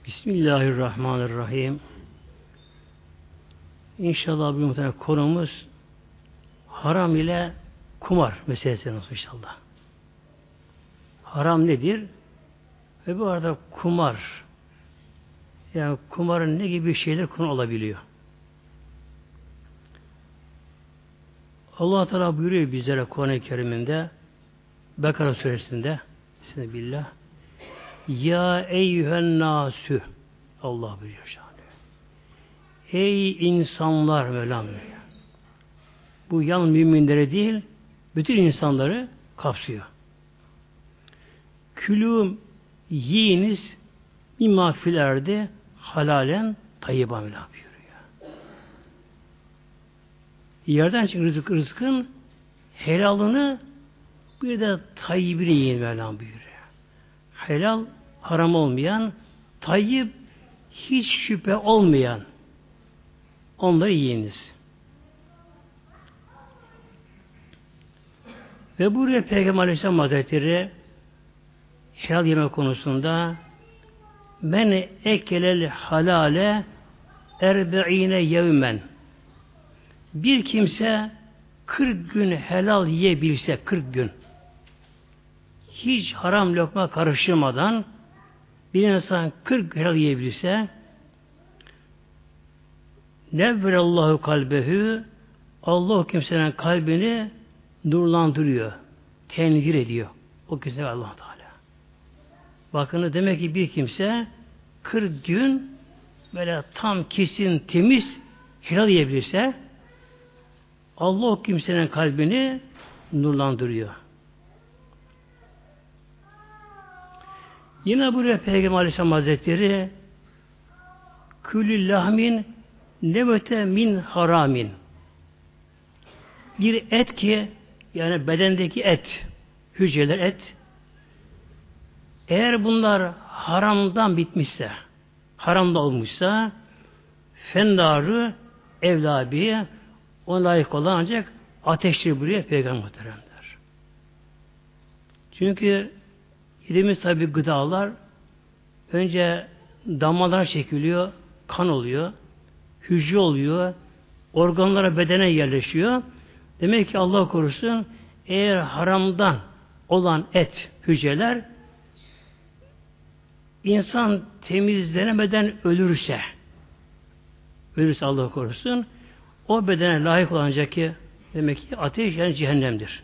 Bismillahirrahmanirrahim. İnşallah bu muhtemelen konumuz haram ile kumar meselesi nasıl inşallah. Haram nedir? Ve bu arada kumar, yani kumarın ne gibi şeyler konu olabiliyor? Allah Teala buyuruyor bizlere Kur'an-ı Kerim'inde Bekara suresinde Bismillah. Ya eyyühen nasü, Allah buyuruyor şahane. Ey insanlar, Mevlam buyuruyor. Bu yalnız müminlere değil, bütün insanları kapsıyor. Külüm yiyiniz mimma fil erdi halalen tayyiba, Mevlam buyuruyor. Yerden çıkan rızkın helalını bir de tayyibini yiyin, Mevlam buyuruyor. Helal, haram olmayan, tayyib, hiç şüphe olmayan onları yiyiniz. Ve buraya Peygamber Aleyhisselam Hazretleri helal yeme konusunda men ekelel halale erbe'ine yevmen, bir kimse 40 gün helal yiyebilse, 40 gün hiç haram lokma karıştırmadan bir insan 40 helal yiyebilse, nevverallahu kalbehu, Allah o kimsenin kalbini nurlandırıyor, tenvir ediyor. O kimse Allah Teala. Bakın demek ki bir kimse 40 gün böyle tam kesin temiz helal yiyebilirse Allah o kimsenin kalbini nurlandırıyor. Yine buraya Peygamber Aleyhisselam Hazretleri külü lahmin nebete min haramin, bir et ki yani bedendeki et, hücreler et, eğer bunlar haramdan bitmişse, haramda olmuşsa fendarı evlabiye ona layık olan ancak ateştir buraya Peygamber muhteremler. Çünkü yediğimiz tabi gıdalar önce damarlara çekiliyor, kan oluyor, hücre oluyor, organlara, bedene yerleşiyor. Demek ki Allah korusun, eğer haramdan olan et, hücreler insan temizlenemeden ölürse Allah korusun, o bedene layık olacak ki demek ki ateş yani cehennemdir.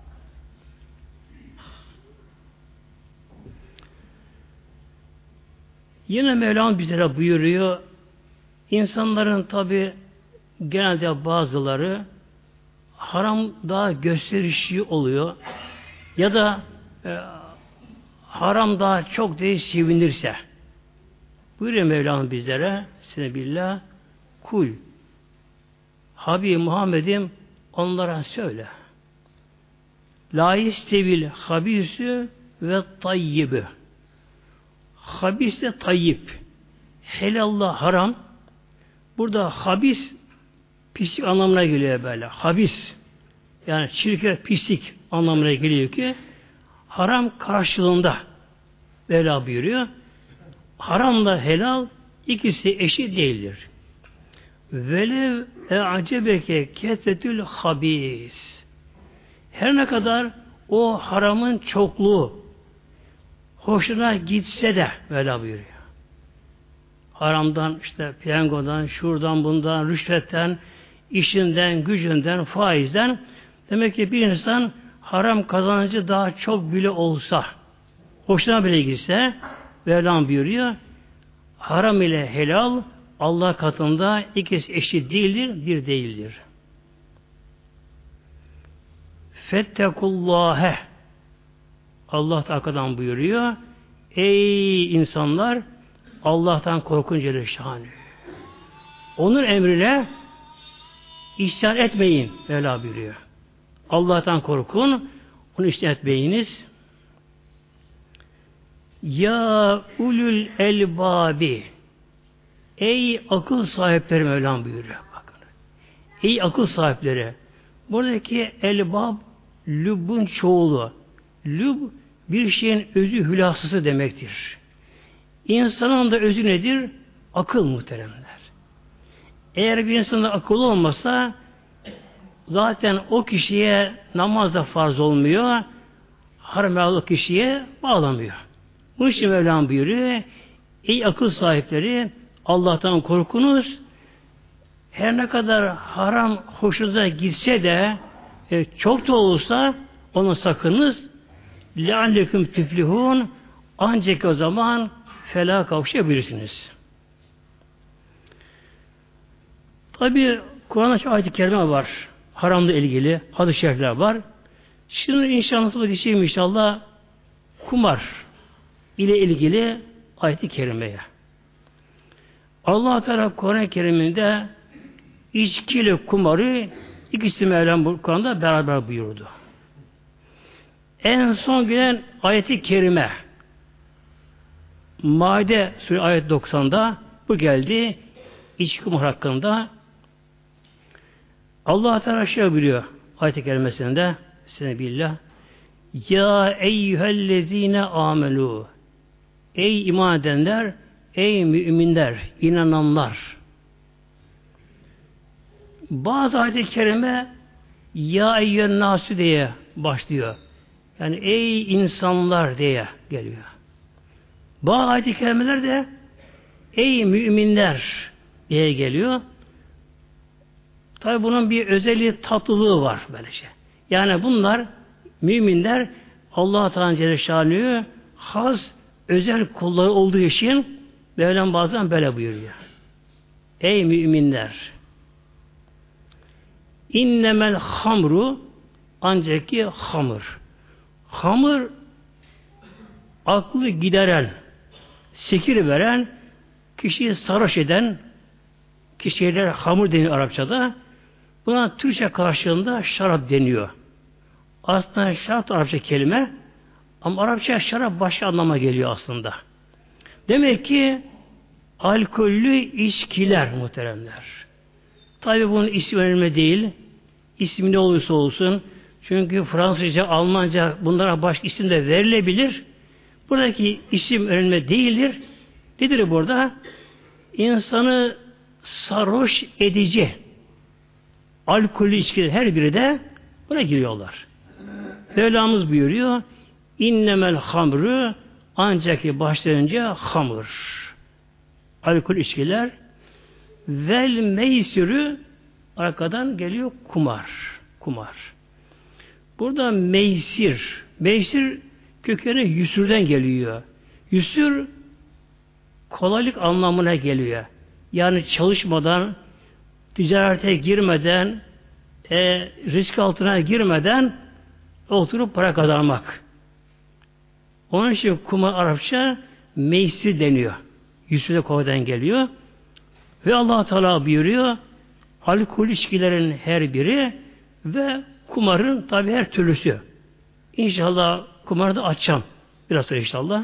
Yine Mevlam bizlere buyuruyor, insanların tabi genelde bazıları haram daha gösterişli oluyor ya da haram daha çok değil sevinirse, buyuruyor Mevlam bizlere Senebillah, kul Habib Muhammed'im onlara söyle, la istevil habisü ve tayyibü, habis de tayyib, helalla haram. Burada habis pislik anlamına geliyor böyle. Habis yani çirkin, pislik anlamına geliyor ki haram karşılığında Mevla buyuruyor. Haramla helal ikisi eşit değildir. Velev acebeke ketretül habis. Her ne kadar o haramın çokluğu hoşuna gitse de Mevla buyuruyor. Haramdan, işte piyangodan, şuradan, bundan, rüşvetten, işinden, gücünden, faizden, demek ki bir insan haram kazancı daha çok bile olsa, hoşuna bile gitse, Mevlam buyuruyor, haram ile helal Allah katında ikisi eşit değildir, bir değildir. Fettekullâhe, Allah arkadan buyuruyor, ey insanlar, Allah'tan korkun Celle Şanı. Onun emrine isyan etmeyin Mevla buyuruyor. Allah'tan korkun, onu isyan etmeyiniz. Ya ulul elbabi, ey akıl sahipleri Mevlam buyuruyor. Bakın. Ey akıl sahipleri. Buradaki elbab lübbün çoğulu. Lüb bir şeyin özü hülasısı demektir. İnsanın da özü nedir? Akıl muhteremler. Eğer bir insanda akıl olmasa zaten o kişiye namaz da farz olmuyor. Haram kişiye bağlamıyor. Bu için Mevlam buyuruyor. Ey akıl sahipleri, Allah'tan korkunuz. Her ne kadar haram hoşunuza gitse de çok da olsa onu sakınız. لَعَلَّكُمْ تُفْلِحُونَ Ancak o zaman felaha kavuşabilirsiniz. Tabi Kur'an'da ayet-i kerime var. Haramla ilgili hadis-i şerifler var. Şimdi inşallah bu diyeceğim inşallah kumar ile ilgili ayet-i kerimeye. Allah Teala Kur'an-ı Kerim'inde içkiyle kumarı ikisi Mevlam bu Kur'an'da beraber buyurdu. En son gelen ayet-i kerime Maide Suresi ayet 90'da bu geldi. İçki kumar hakkında Allah Teala şöyle buyuruyor ayet-i kerimesinde Bismillah. Ya eyyühellezine amelu Ey iman edenler, ey müminler, inananlar. Bazı ayet-i kerime ya eyyühen nasu diye başlıyor. Yani ey insanlar diye geliyor. Bazı ayet-i kerimeler de ey müminler diye geliyor. Tabi bunun bir özelliği, tatlılığı var böylece. Yani bunlar müminler Allah-u Teala Celle Şanlı'yı has, özel kulları olduğu için Mevlam bazen böyle buyuruyor. Ey müminler! İnnemel hamru ancak ki hamur. Hamur aklı gideren, sekir veren, kişiyi sarhoş eden, kişiler hamur deniyor Arapçada. Buna Türkçe karşılığında şarap deniyor. Aslında şarap da Arapça kelime ama Arapça şarap başka anlama geliyor aslında. Demek ki alkollü içkiler muhteremler. Tabi bunun ismi önemli değil. İsmi ne olursa olsun. Çünkü Fransızca, Almanca bunlara başka isim de verilebilir. Buradaki isim önemli değildir. Nedir burada? İnsanı sarhoş edici alkollü içkiler her biri de buna giriyorlar. Mevlamız buyuruyor innemel hamru ancak ki başlayınca hamur. Alkol içkiler vel meysürü arkadan geliyor kumar. Kumar. Burada meysir. Meysir kökeni yüsürden geliyor. Yüsür kolaylık anlamına geliyor. Yani çalışmadan, ticarete girmeden, risk altına girmeden oturup para kazanmak. Onun için kumar Arapça meysir deniyor. Yüzüde kolaydan geliyor. Ve Allah Teala buyuruyor alkol içkilerin her biri ve kumarın tabi her türlüsü. İnşallah kumarı da açacağım. Biraz sonra inşallah.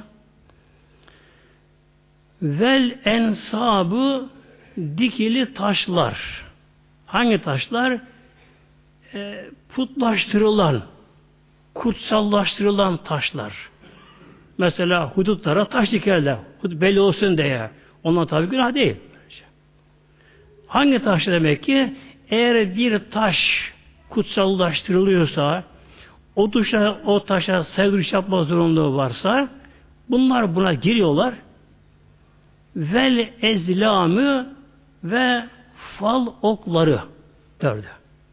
Vel ensabu dikili taşlar. Hangi taşlar? Putlaştırılan, kutsallaştırılan taşlar. Mesela hudutlara taş dikerler. Hudut belli olsun diye. Onlar tabi günah değil. Hangi taş demek ki? Eğer bir taş kutsallaştırılıyorsa, o taşa sevgiliş yapma zorunluluğu varsa, bunlar buna giriyorlar. Vel ezlamı ve fal okları dördü.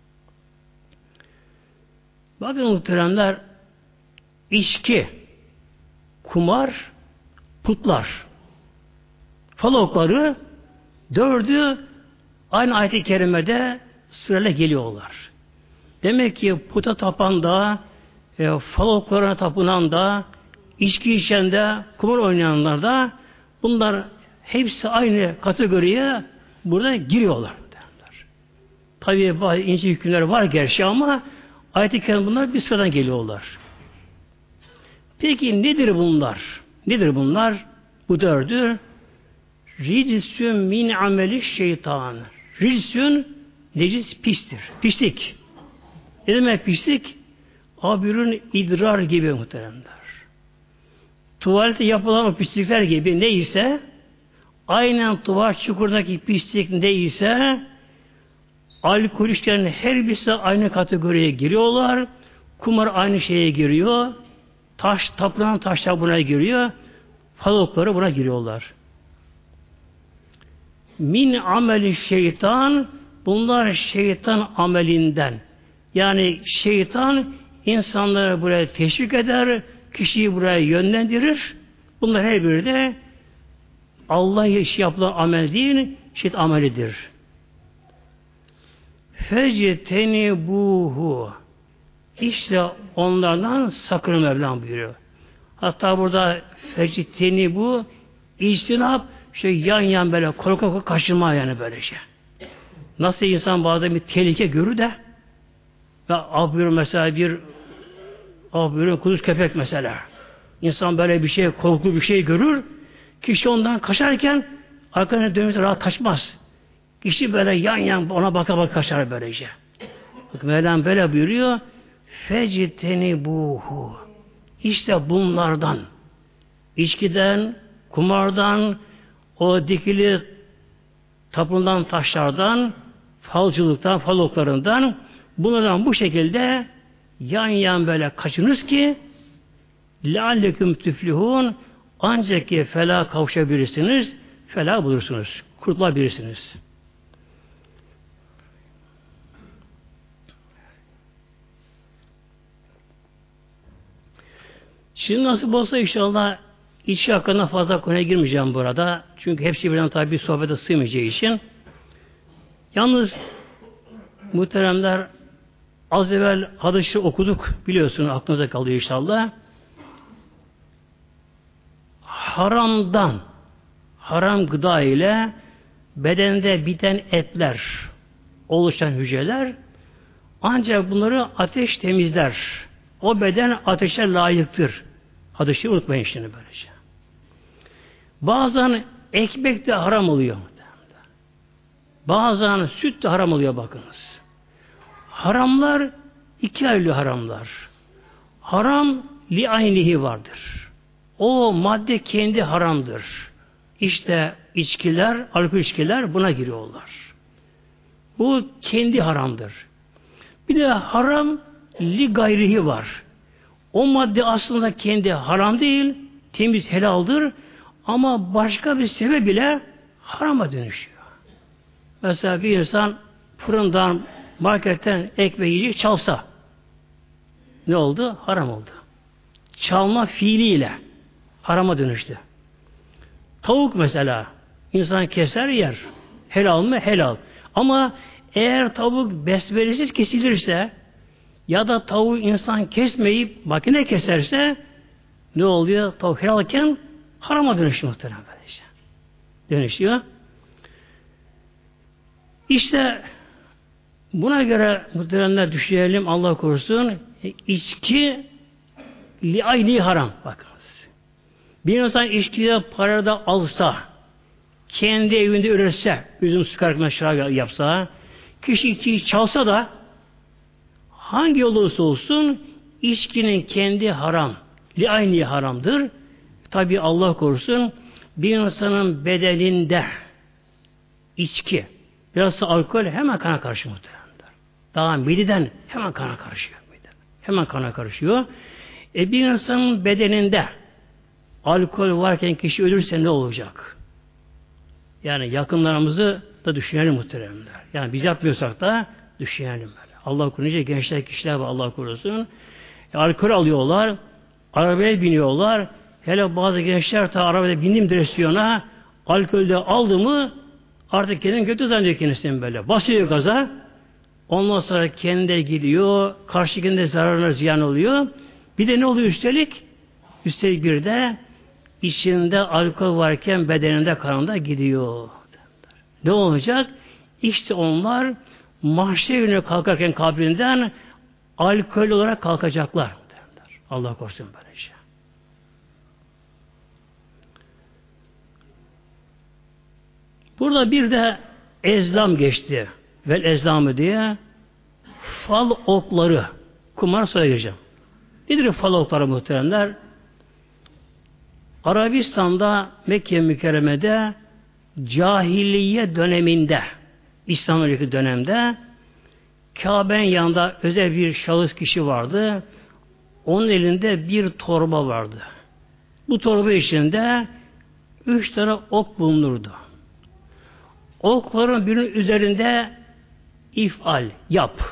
Bakın muhteremler, içki, kumar, putlar, fal okları dördü aynı ayet-i kerimede sırayla geliyorlar. Demek ki puta tapan da, fal oklarına tapınan da, içki içen de, kumar oynayanlar da bunlar hepsi aynı kategoriye burada giriyorlar. Tabii bazı ince hükümler var gerçi ama ayet-i kerime bunlar bir sıradan geliyorlar. Peki nedir bunlar? Nedir bunlar? Bu dördü ricisün min ameli şeytan. Ricisün necis pistir. Pislik. Ne demek pislik? Abirün idrar gibi muhteremler. tuvalete yapılan o pislikler gibi neyse, aynen tuvalet çukurundaki pislik neyse, alkol içkilerin her birisi aynı kategoriye giriyorlar. Kumar aynı şeye giriyor. Tapınan taşlar buna giriyor. Falokları buna giriyorlar. Min ameli şeytan, bunlar şeytan amelinden. Yani şeytan insanları buraya teşvik eder, kişiyi buraya yönlendirir. Bunlar her biri de Allah işi yapılan amel değil, şeytan amelidir. Fectenibuhu. İşte onlardan sakın Mevlam buyuruyor. Hatta burada fectenibu içtinap, yan yan böyle korku kaçınma yani böylece. Nasıl insan bazen bir tehlike görür de mesela bir kuduz köpek mesela. İnsan böyle bir şey, korkulu bir şey görür. Kişi ondan kaçarken arkasına dönüp rahat kaçmaz. Kişi böyle yan yan ona baka kaçar böylece. Bak Mevlam böyle buyuruyor. Fectenibuhu. İşte bunlardan, içkiden, kumardan, o dikili tapınılan taşlardan, falcılıktan, faloklarından, bunlardan bu şekilde yan yan böyle kaçınız ki lealleküm tüflihun, ancak ki felah kavuşabilirsiniz, felah bulursunuz, kurtulabilirsiniz. Şimdi nasip olsa inşallah içki hakkında fazla konuya girmeyeceğim burada. Çünkü hepsi birden tabi bir sohbete sığmayacağı için. Yalnız muhteremler, az evvel hadisi okuduk, biliyorsunuz, aklınıza kalıyor inşallah. Haram gıda ile bedende biten etler, oluşan hücreler, ancak bunları ateş temizler. O beden ateşe layıktır. Hadisi unutmayın şimdi böylece. Bazen ekmek de haram oluyor. Bazen süt de haram oluyor bakınız. Haramlar iki ayrı haramlar. Haram li aynihi vardır. O madde kendi haramdır. İşte içkiler, alkol içkiler buna giriyorlar. Bu kendi haramdır. Bir de haram li gayrihi var. O madde aslında kendi haram değil, temiz helaldir ama başka bir sebep ile harama dönüşüyor. Mesela bir insan fırından, marketten ekmeği yiyecek çalsa ne oldu? Haram oldu. Çalma fiiliyle harama dönüştü. Tavuk mesela insan keser yer. Helal mı? Helal. Ama eğer tavuk besmelesiz kesilirse ya da tavuğu insan kesmeyip makine keserse ne oluyor? Tavuk helalken harama dönüşüyor muhtemelen böylece. Dönüşüyor. İşte buna göre muhteremler düşünelim, Allah korusun, içki li'ayni haram. Bakınız. Bir insan içkiye para da alsa, kendi evinde üretse, üzüm sıkarak şarap yapsa, kişi içkiyi çalsa da hangi yol olursa olsun içkinin kendi haram, li'ayni haramdır. Tabi Allah korusun, bir insanın bedeninde içki, biraz alkol hemen kana karışıyor muhtemelen. Daha mideden hemen kana karışıyor. Hemen kana karışıyor. Bir insanın bedeninde alkol varken kişi ölürse ne olacak? Yani yakınlarımızı da düşünelim muhteremler. Yani biz yapmıyorsak da düşünelim böyle. Allah korusun, gençler kişiler var, Allah korusun. Alkol alıyorlar, arabaya biniyorlar. Hele bazı gençler ta arabaya bindim direksiyona, alkolde aldı mı artık kendini kötü zannediyor kendisini böyle. Basıyor gaza. Ondan sonra kendine gidiyor. Karşıkinde zararına ziyan oluyor. Bir de ne oluyor üstelik? Üstelik bir de içinde alkol varken bedeninde, kanında gidiyor. Ne olacak? İşte onlar mahşer günü kalkarken kabrinden alkol olarak kalkacaklar. Allah korusun böyle şey. Burada bir de ezlam geçti. Vel ezlamı diye fal okları. Kumar söyleyeceğim. Nedir fal okları muhteremler? Arabistan'da Mekke mükerremede cahiliye döneminde, İslam önceki dönemde Kabe'nin yanında özel bir şahıs kişi vardı. Onun elinde bir torba vardı. Bu torba içinde 3 tane ok bulunurdu. Okların birinin üzerinde ifal, yap.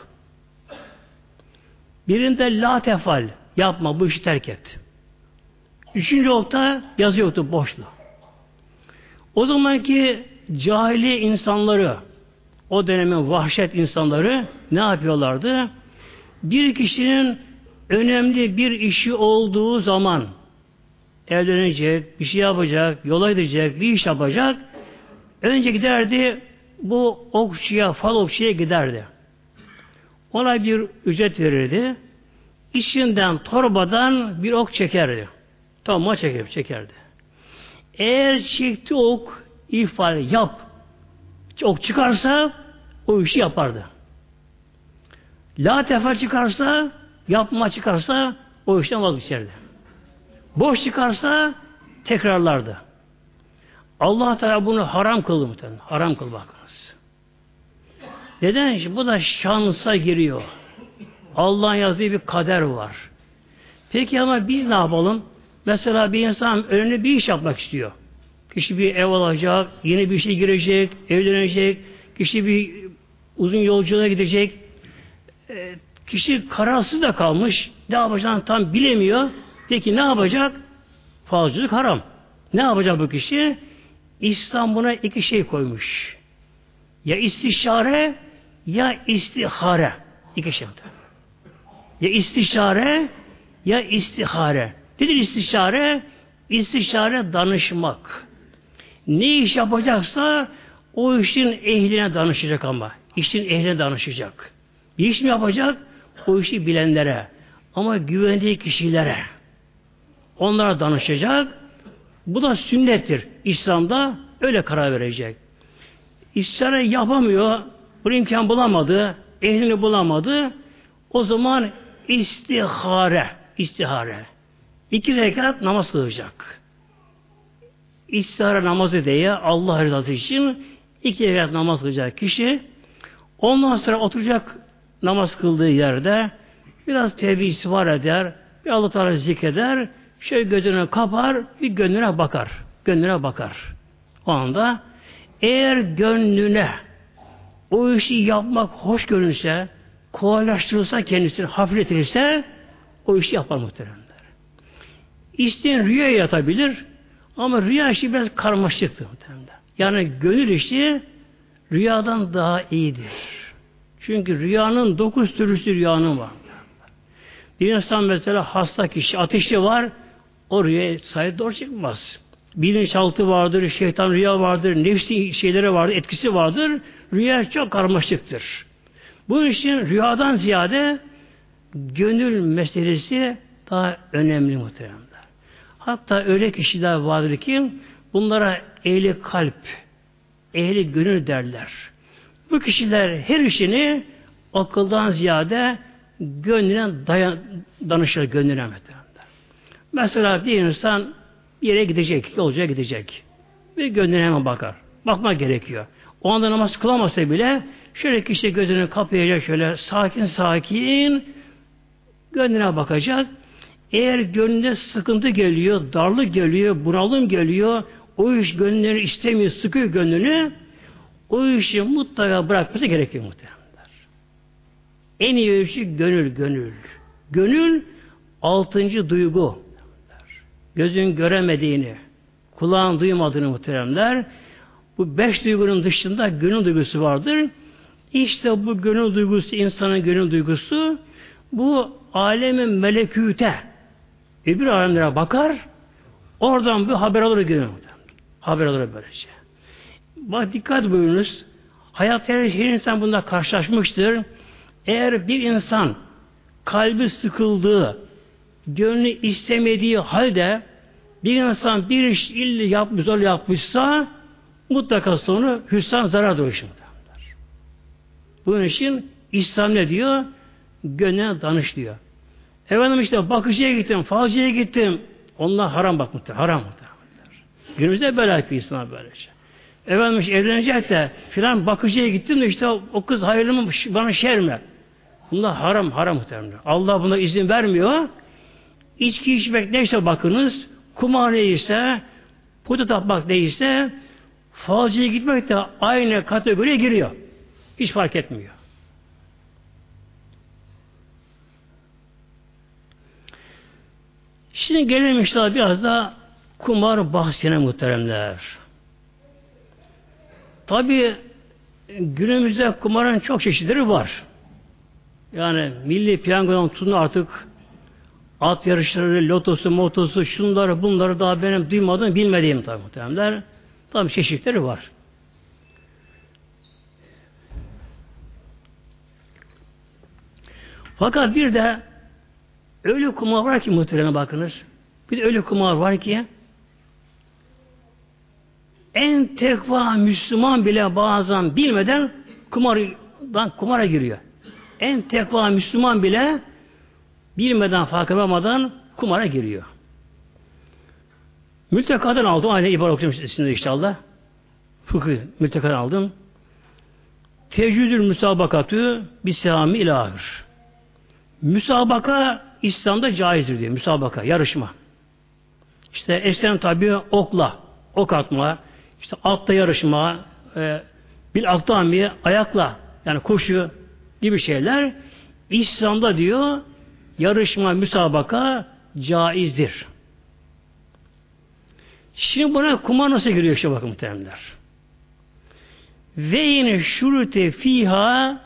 Birinde la tefal, yapma, bu işi terk et. 3. okta yazı yoktu, boşlu. O zamanki cahili insanları, o dönemin vahşet insanları ne yapıyorlardı? Bir kişinin önemli bir işi olduğu zaman evlenecek, bir şey yapacak, yola gidecek, bir iş yapacak, önce giderdi, bu okçuya, fal okçuya giderdi. Ona bir ücret verirdi. İçinden, torbadan bir ok çekerdi. Tamam, çekerdi. Eğer çekti ok, ifade yap, ok çıkarsa o işi yapardı. La tefal çıkarsa, yapma çıkarsa o işten vazgeçerdi. Boş çıkarsa tekrarlardı. Allah Teala bunu haram kıldı muhtemelen. Haram kıldı bakınız. Neden? Bu da şansa giriyor. Allah'ın yazdığı bir kader var. Peki ama biz ne yapalım? Mesela bir insan önemli bir iş yapmak istiyor. Kişi bir ev alacak, yeni bir işe girecek, evlenecek, kişi bir uzun yolculuğa gidecek. Kişi kararsız da kalmış, ne yapacağını tam bilemiyor. Peki ne yapacak? Falcılık haram. Ne yapacak bu kişi? İslam buna 2 şey koymuş. Ya istişare ya istihare. 2 şey. Ya istişare ya istihare. Nedir istişare? İstişare danışmak. Ne iş yapacaksa o işin ehline danışacak ama. İşin ehline danışacak. Bir iş mi yapacak? O işi bilenlere. Ama güvendiği kişilere. Onlara danışacak. Bu da sünnettir. İslam'da öyle karar verecek. İstişare yapamıyor. Bu imkan bulamadı. Ehlini bulamadı. O zaman istihare. 2 rekat namaz kılacak. İstihare namazı diye Allah rızası için 2 rekat namaz kılacak kişi. Ondan sonra oturacak namaz kıldığı yerde biraz tevbe istiğfar eder, bir Allah Teala zikreder, şöyle gözünü kapar, bir gönlüne bakar. Gönlüne bakar. O anda eğer gönlüne o işi yapmak hoş görünse, kolaylaştırılsa kendisini, hafifletilirse o işi yapar muhteremler. İsteyen rüyaya yatabilir ama rüya işi biraz karmaşıktır muhteremler. Yani gönül işi rüyadan daha iyidir. Çünkü rüyanın 9 türlüsü rüyanın var. Bir insan mesela hasta kişi, ateşi var, o rüyaya sahip doğru çıkmaz. Bilinçaltı vardır, şeytan rüya vardır, nefsi şeyleri vardır, etkisi vardır. Rüya çok karmaşıktır. Bu işin rüyadan ziyade gönül meselesi daha önemli muhteremler. Hatta öyle kişiler vardır ki bunlara ehli kalp, ehli gönül derler. Bu kişiler her işini akıldan ziyade gönlüne danışır, gönlüne muhteremler. Mesela bir insan bir yere gidecek, yolcuya gidecek. Ve gönlüne hemen bakar. Bakmak gerekiyor. O anda namaz kılamasa bile şöyle kişi gözünü kapayacak, şöyle sakin sakin gönlüne bakacak. Eğer gönlüne sıkıntı geliyor, darlık geliyor, bunalım geliyor, o iş gönlünü istemiyor, sıkıyor gönlünü, o işi mutlaka bırakması gerekiyor muhtemelen. En iyi işi gönül. Gönül 6. duygu. Gözün göremediğini, kulağın duymadığını muhteremler. Bu 5 duygunun dışında gönül duygusu vardır. İşte bu gönül duygusu, insanın gönül duygusu, bu alemin melekûte, öbür alemlere bakar, oradan bir haber alır gönül. Haber alır böylece. Bak dikkat buyurunuz. Hayat her insan bunda karşılaşmıştır. Eğer bir insan kalbi sıkıldığı, gönlü istemediği halde bir insan bir iş illa yapmış, zor yapmışsa mutlaka sonu hüsran zarar doğuşundadır. Bunun için İslam ne diyor? Gönlüne danış diyor. Efendim işte bakıcıya gittim, falcıya gittim. Onlar haram bakmakta, haram. Günümüzde böyle yapıyor insanlar böylece. Efendim evlenecek de filan bakıcıya gittim de işte o kız hayırlı mı bana şer mi? Bunlar haram, haram muhtemelen. Allah buna izin vermiyor. İçki içmek neyse bakınız, kumar neyse, putu tapmak neyse, falcıya gitmek de aynı kategoriye giriyor. Hiç fark etmiyor. Şimdi gelelim işte biraz da kumar bahsine muhteremler. Tabi günümüzde kumarın çok çeşitleri var. Yani milli piyangodan tutun artık at yarışları, lotosu, motosu, şunları, bunları daha benim duymadığım, bilmediğim tabi muhteremler. Tabi çeşitleri var. Fakat bir de öyle kumar var ki muhtereme bakınız. Bir de öyle kumar var ki en tekva Müslüman bile bazen bilmeden kumara giriyor. En tekva Müslüman bile bilmeden, farkındamadan kumara giriyor. Mültekadan aldım. Aynı ibare okuyacağım şimdi inşallah. Fıkıh mültekadan aldım. Tecrüdül müsabakatü bisami ilahır. Müsabaka İslam'da caizdir diyor. Müsabaka, yarışma. İşte eskiden tabi okla, ok atma, işte atla yarışma, bil aktami, ayakla, yani koşu gibi şeyler İslam'da diyor yarışma, müsabaka caizdir. Şimdi buna kumar nasıl giriyor işte bakın muhtemelenler. Ve yine şurute fiha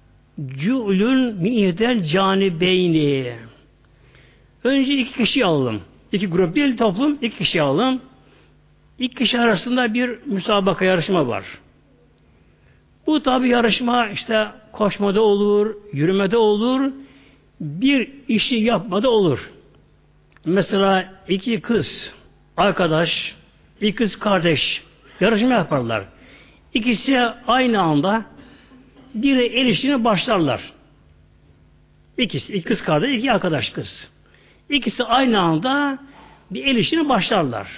cu'lun min ihdel canibeyni. Önce iki kişi alalım. İki grup değil toplum, iki kişi alalım. İki kişi arasında bir müsabaka yarışma var. Bu tabi yarışma işte koşmada olur, yürümede olur, bir işi yapmada olur. Mesela iki kız arkadaş, iki kız kardeş yarışma yaparlar. İkisi aynı anda bir el işine başlarlar. İki kız kardeş, iki arkadaş kız. İkisi aynı anda bir el işine başlarlar.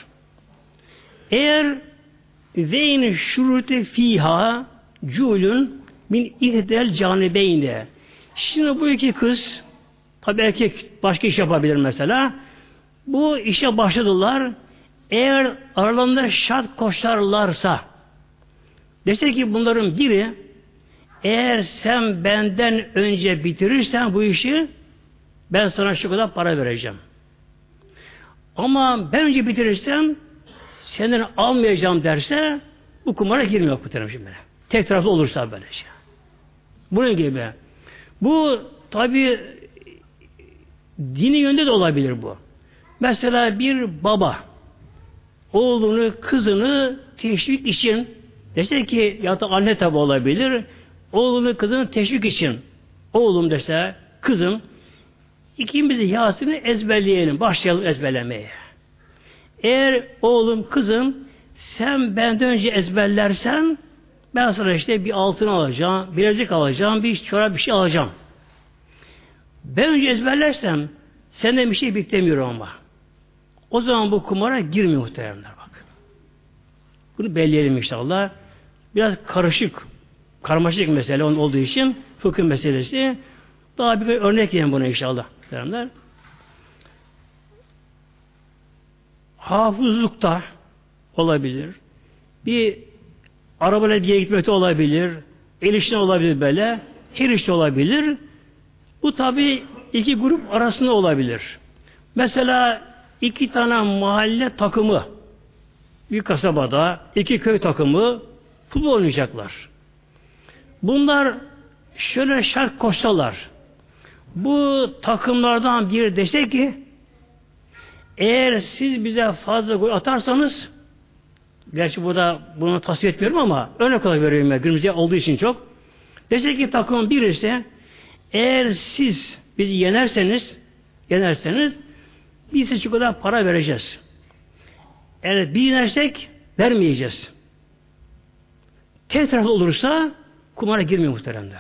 Eğer zeyni şurute fiha culun min ihdel canibeyne. Şimdi bu iki kız, tabi erkek başka iş yapabilir mesela. Bu işe başladılar. Eğer aralarında şart koşarlarsa, dese ki bunların biri, eğer sen benden önce bitirirsen bu işi, ben sana şu kadar para vereceğim. Ama ben önce bitirirsem senden almayacağım derse bu kumara girmiyor bu tarafı şimdi. Tek taraflı olursa böyle şey. Bunun gibi. Bu tabi dini yönde de olabilir bu. Mesela bir baba oğlunu, kızını teşvik için dese ki ya da anne tabi olabilir oğlunu, kızını teşvik için oğlum dese, kızım ikimiz de Yasin'i ezberleyelim. Başlayalım ezberlemeye. Eğer oğlum, kızım sen benden önce ezberlersen ben sana işte bir altın alacağım, bilezik alacağım, bir çorap bir şey alacağım. Ben önce ezberlersem senden bir şey beklemiyorum ama. O zaman bu kumara girmiyor muhteremler bak. Bunu belirleyelim inşallah. Biraz karmaşık mesele olduğu için fıkıh meselesi. Daha bir örnek yiyin buna inşallah muhteremler. Hafızlıkta olabilir. Bir arabayla diye gitmekte olabilir. El işine olabilir böyle. Her işte olabilir. Bu tabi iki grup arasında olabilir. Mesela iki tane mahalle takımı bir kasabada iki köy takımı futbol oynayacaklar. Bunlar şöyle şart koşsalar. Bu takımlardan biri dese ki eğer siz bize fazla gol atarsanız, gerçi burada bunu tasvir etmiyorum ama örnek olarak veriyorum ya, günümüzde olduğu için çok. Dese ki takımın birisi eğer siz bizi yenerseniz biz size şu kadar para vereceğiz. Eğer bir yenersek vermeyeceğiz. Tek taraflı olursa kumara girmiyor muhteremler.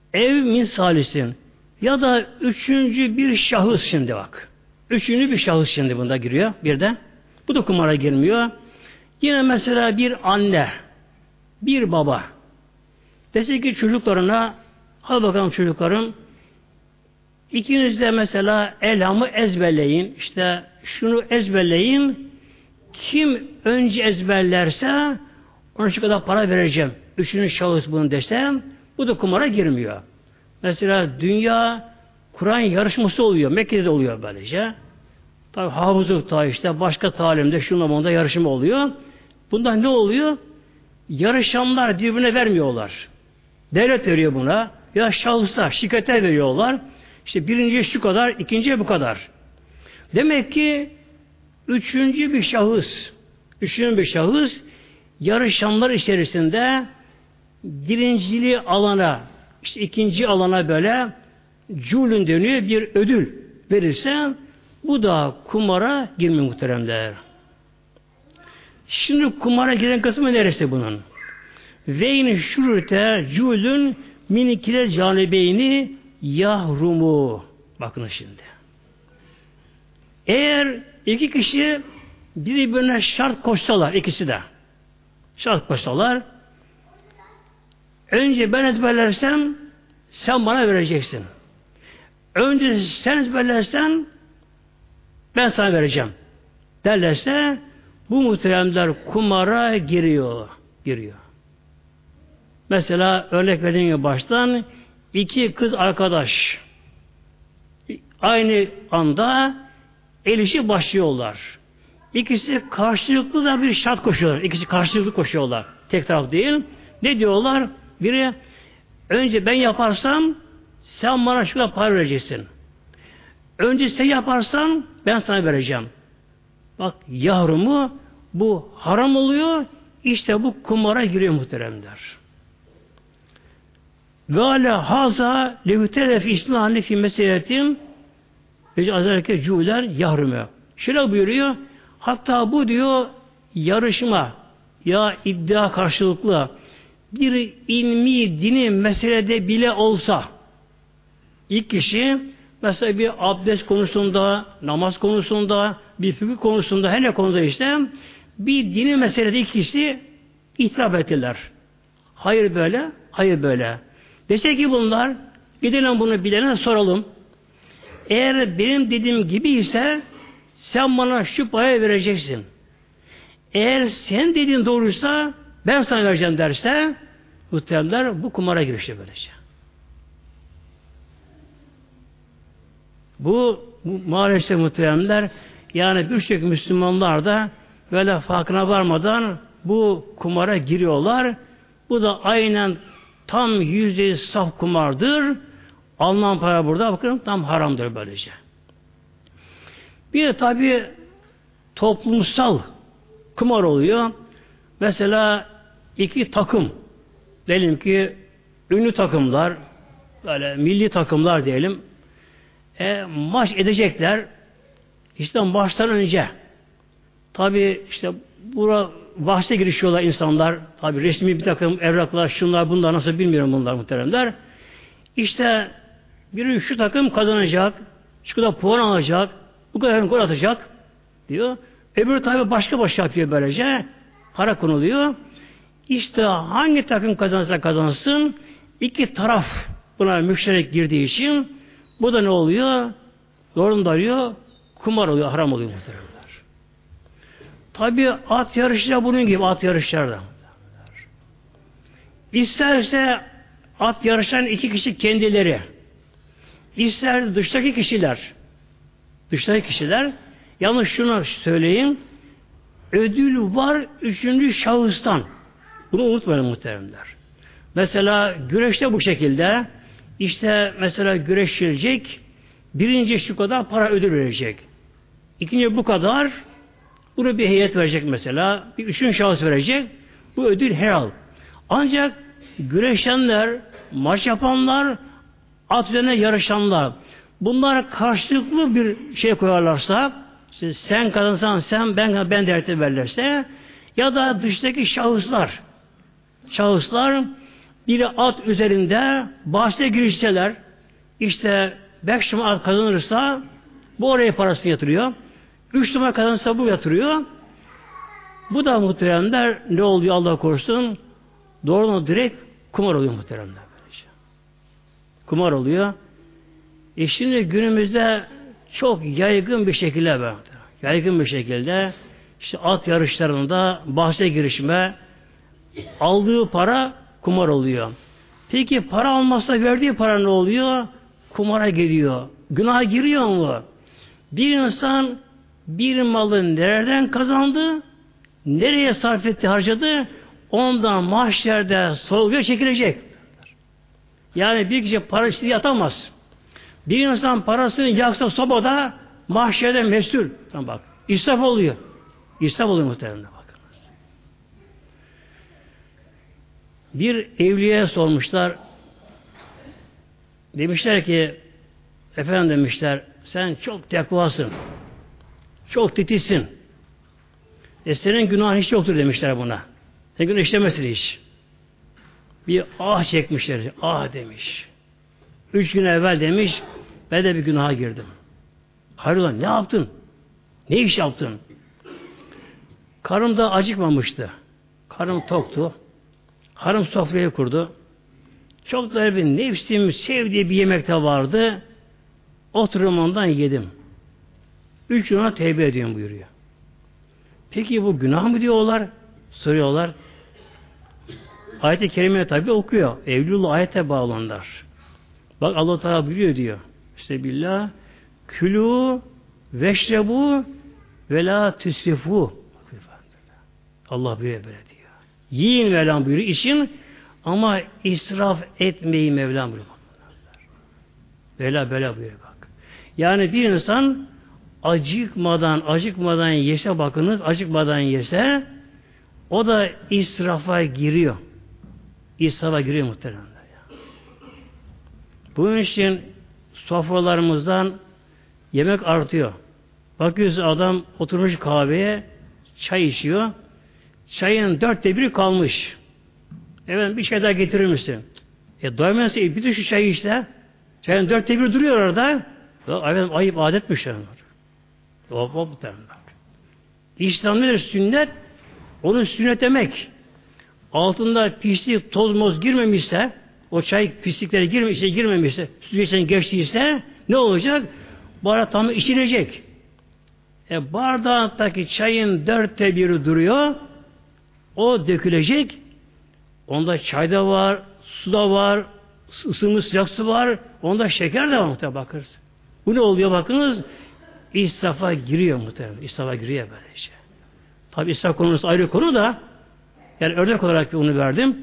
ev misalisin ya da üçüncü bir şahıs şimdi bak. Üçüncü bir şahıs şimdi bunda giriyor birden. Bu da kumara girmiyor. Yine mesela bir anne, bir baba dese ki çocuklarına, hadi bakalım çocuklarım, ikiniz de mesela elhamı ezberleyin, işte şunu ezberleyin, kim önce ezberlerse ona şu kadar para vereceğim. Üçüncü şahıs bunu desem, bu da kumara girmiyor. Mesela dünya Kur'an yarışması oluyor. Mekke'de de oluyor böylece. Tabi hafızlıkta işte başka talimde şunla bunda yarışma oluyor. Bundan ne oluyor? Yarışanlar birbirine vermiyorlar. Devlet veriyor buna. Ya şahıslar şirkete veriyorlar. İşte birinciye şu kadar, ikinciye bu kadar. Demek ki üçüncü bir şahıs yarışanlar içerisinde birinciliği alana, işte ikinci alana böyle culün dönüyor bir ödül verirse bu da kumara girmiyor muhteremler. Şimdi kumara giren kısmı neresi bunun? Veyni şurute culün minikile canibeyni yahrumu. Bakın şimdi. Eğer iki kişi birbirine şart koşsalar, ikisi de şart koşsalar, önce ben ezberlersem sen bana vereceksin. Önce sen ezberlersen ben sana vereceğim derlerse bu muhteremler kumara giriyor. Mesela örnek verdiğim gibi baştan iki kız arkadaş aynı anda el işi başlıyorlar. İkisi karşılıklı da bir şart koşuyorlar. İkisi karşılıklı koşuyorlar. Tek taraf değil. Ne diyorlar? Biri önce ben yaparsam sen bana şu kadar para vereceksin. Önce sen yaparsan ben sana vereceğim. Bak yavrumu bu haram oluyor. İşte bu kumara giriyor muhteremler. Ve ala haza levüteref islâni fi meseletin ve azerke cü'ler yahrume. Şöyle buyuruyor. Hatta bu diyor yarışma ya iddia karşılıklı bir ilmi dini meselede bile olsa ilk kişi mesela bir abdest konusunda, namaz konusunda, bir fıkıh konusunda, her ne konuda işte bir dini meselede iki kişi itiraf ettiler. Hayır böyle, hayır böyle. Dese ki bunlar, gidelim bunu bilene soralım. Eğer benim dediğim gibi ise sen bana şu parayı vereceksin. Eğer sen dediğin doğruysa ben sana vereceğim derse muhtemelen bu kumara girişti böylece. Bu maalesef muhteremler yani birçok Müslümanlar da böyle farkına varmadan bu kumara giriyorlar. Bu da aynen tam %100 saf kumardır. Alınan para burada bakın tam haramdır böylece. Bir de tabi toplumsal kumar oluyor. Mesela iki takım diyelim ki ünlü takımlar böyle milli takımlar diyelim maç edecekler. İşte maçtan önce tabi işte bura bahse girişiyorlar insanlar. Tabi resmi bir takım evraklar, şunlar bunlar nasıl bilmiyorum bunlar muhteremler. İşte biri şu takım kazanacak, şu kadar puan alacak, bu kadar gol atacak diyor. Öbürü tabi başka yapıyor böylece. Para konuluyor. İşte hangi takım kazanırsa kazansın iki taraf buna müşterek girdiği için bu da ne oluyor? Doğru darıyor, kumar oluyor, haram oluyor muhteremler. Tabi at yarışları bunun gibi at yarışlarda. İsterse at yarışan iki kişi kendileri, ister dıştaki kişiler, yalnız şunu söyleyeyim, ödül var üçüncü şahıstan. Bunu unutmayın muhteremler. Mesela güreşte bu şekilde, işte mesela güreşilecek, birinci şu kadar para ödül verecek. İkinci bu kadar, bunu bir heyet verecek mesela, bir üçüncü şahıs verecek, bu ödül herhal. Ancak güreşenler, maç yapanlar, at üzerine yarışanlar, bunlar karşılıklı bir şey koyarlarsa, işte sen kazansan sen, ben derdi verirlerse, ya da dıştaki şahıslar biri at üzerinde bahse girişseler, işte 5 numara at kazanırsa bu oraya parasını yatırıyor. 3 numara kazanırsa bu yatırıyor. Bu da muhteremler ne oluyor Allah korusun? Doğrudan direkt kumar oluyor muhteremler. Kumar oluyor. Şimdi günümüzde çok yaygın bir şekilde işte at yarışlarında bahse girişme, aldığı para kumar oluyor. Peki para almazsa verdiği para ne oluyor? Kumara giriyor. Günaha giriyor mu? Bir insan bir malı nereden kazandı? Nereye sarf etti, harcadı? Ondan mahşerde sorguya çekilecek. Yani bir kişi para istediği atamaz. Bir insan parasını yaksa sobada mahşerde mesul. Tamam bak. İsraf oluyor. İsraf oluyor muhtemelen bakınız. Bir evliye sormuşlar. Demişler ki efendim demişler sen çok tekvasın. Çok titizsin. Senin günahın hiç yoktur demişler buna. Sen günah işlemezsin hiç. Bir ah çekmişler. Ah demiş. 3 gün evvel demiş ben de bir günaha girdim. Hayrola ne yaptın? Ne iş yaptın? Karım da acıkmamıştı. Karım toktu. Karım sofrayı kurdu. Çok da bir nefsim sevdiği bir yemek de vardı. Oturum ondan yedim. 3 gün ona tevbe ediyorum buyuruyor. Peki bu günah mı diyorlar? Soruyorlar. Ayet-i Kerime tabi okuyor. Evlullah ayete bağlanlar. Bak Allah Teala biliyor diyor. İşte billah külü veşrebu ve la tüsrifu. Allah böyle diyor. Yiyin Mevlam buyuruyor için ama israf etmeyin Mevlam buyuruyor. Böyle buyuruyor bak. Yani bir insan acıkmadan yese bakınız, acıkmadan yese o da israfa giriyor. İsrafa giriyor muhtemelen. Bunun için sofralarımızdan yemek artıyor. Bakıyorsun adam oturmuş kahveye çay içiyor. Çayın 1/4 kalmış. Evet bir şey daha getirir misin? Doymazsa bir şu çayı işte. Çayın 1/4 duruyor orada. Efendim ayıp adetmiş yani. Hop derler. İslam nedir? Sünnet onu sünnetlemek. Altında pislik, toz moz girmemişse o çay pislikleri girmemişse süzgeçten geçtiyse ne olacak? Bardak tam içilecek. Bardaktaki çayın 1/4 duruyor. O dökülecek. Onda çay da var, su da var, ısınmış sıcak su var. Onda şeker de var muhtemelen bakırız. Bu ne oluyor bakınız? İsrafa giriyor muhtemelen. İsrafa giriyor böylece. Tabi israf konusu ayrı konu da yani örnek olarak onu verdim.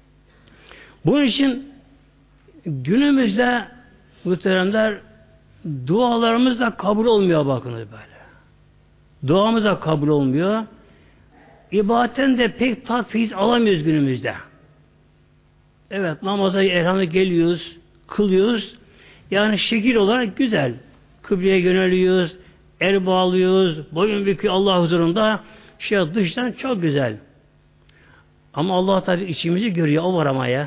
Bunun için günümüzde muhteremler dualarımız da kabul olmuyor bakınız böyle. Duamız da kabul olmuyor. İbadetten de pek tat feyiz alamıyoruz günümüzde. Evet namaza elhamdülillah geliyoruz, kılıyoruz. Yani şekil olarak güzel. Kıbleye yöneliyoruz, el bağlıyoruz, boyun büküyor Allah huzurunda. Dıştan çok güzel. Ama Allah tabi içimizi görüyor, o var ama ya.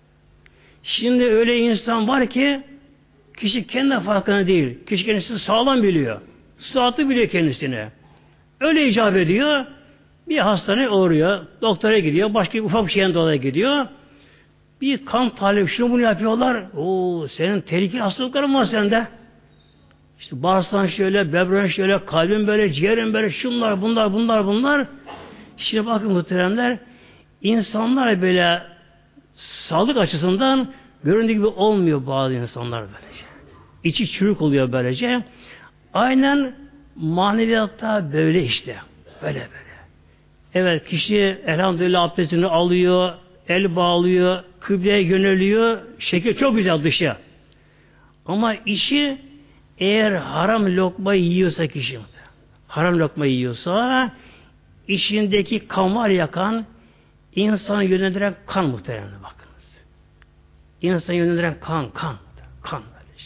Şimdi öyle insan var ki kişi kendi farkında değil. Kişi kendisini sağlam biliyor. Sıhhatli biliyor kendisini. Öyle icap ediyor. Bir hastaneye uğruyor. Doktora gidiyor. Başka bir ufak bir şeyden dolayı gidiyor. Bir kan tahlili şunu bunu yapıyorlar. Senin tehlikeli hastalıkların var sende. İşte bağırsağın şöyle, böbreğin şöyle, kalbin böyle, ciğerin böyle, şunlar, bunlar. Şimdi bakın muhteremler, insanlar böyle sağlık açısından göründüğü gibi olmuyor bazı insanlar böylece. İçi çürük oluyor böylece. Aynen maneviyatta böyle işte. Böyle. Evet kişi elhamdülillah abdestini alıyor, el bağlıyor, kıbleye yöneliyor, şekil çok güzel dışı. Ama işi eğer haram lokma yiyorsa kişi, haram lokma yiyorsa içindeki kan var yakan insanı yönlendiren kan muhtemelen bakınız. İnsanı yönlendiren kan böylece.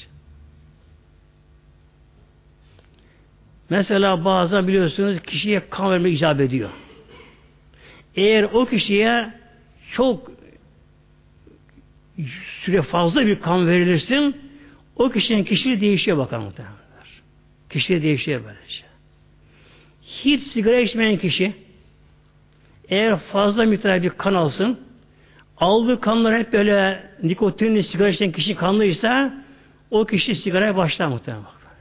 Mesela bazen biliyorsunuz kişiye kan vermek icap ediyor. Eğer o kişiye çok süre fazla bir kan verilirsin, o kişinin kişiliği değişiyor bakalım muhtemelenler. Kişiliği değişiyor böylece. Hiç sigara içmeyen kişi eğer fazla miktar bir kan alsın, aldığı kanlar hep böyle nikotinli sigara içen kişi kanlıysa o kişi sigaraya başlar muhtemelen.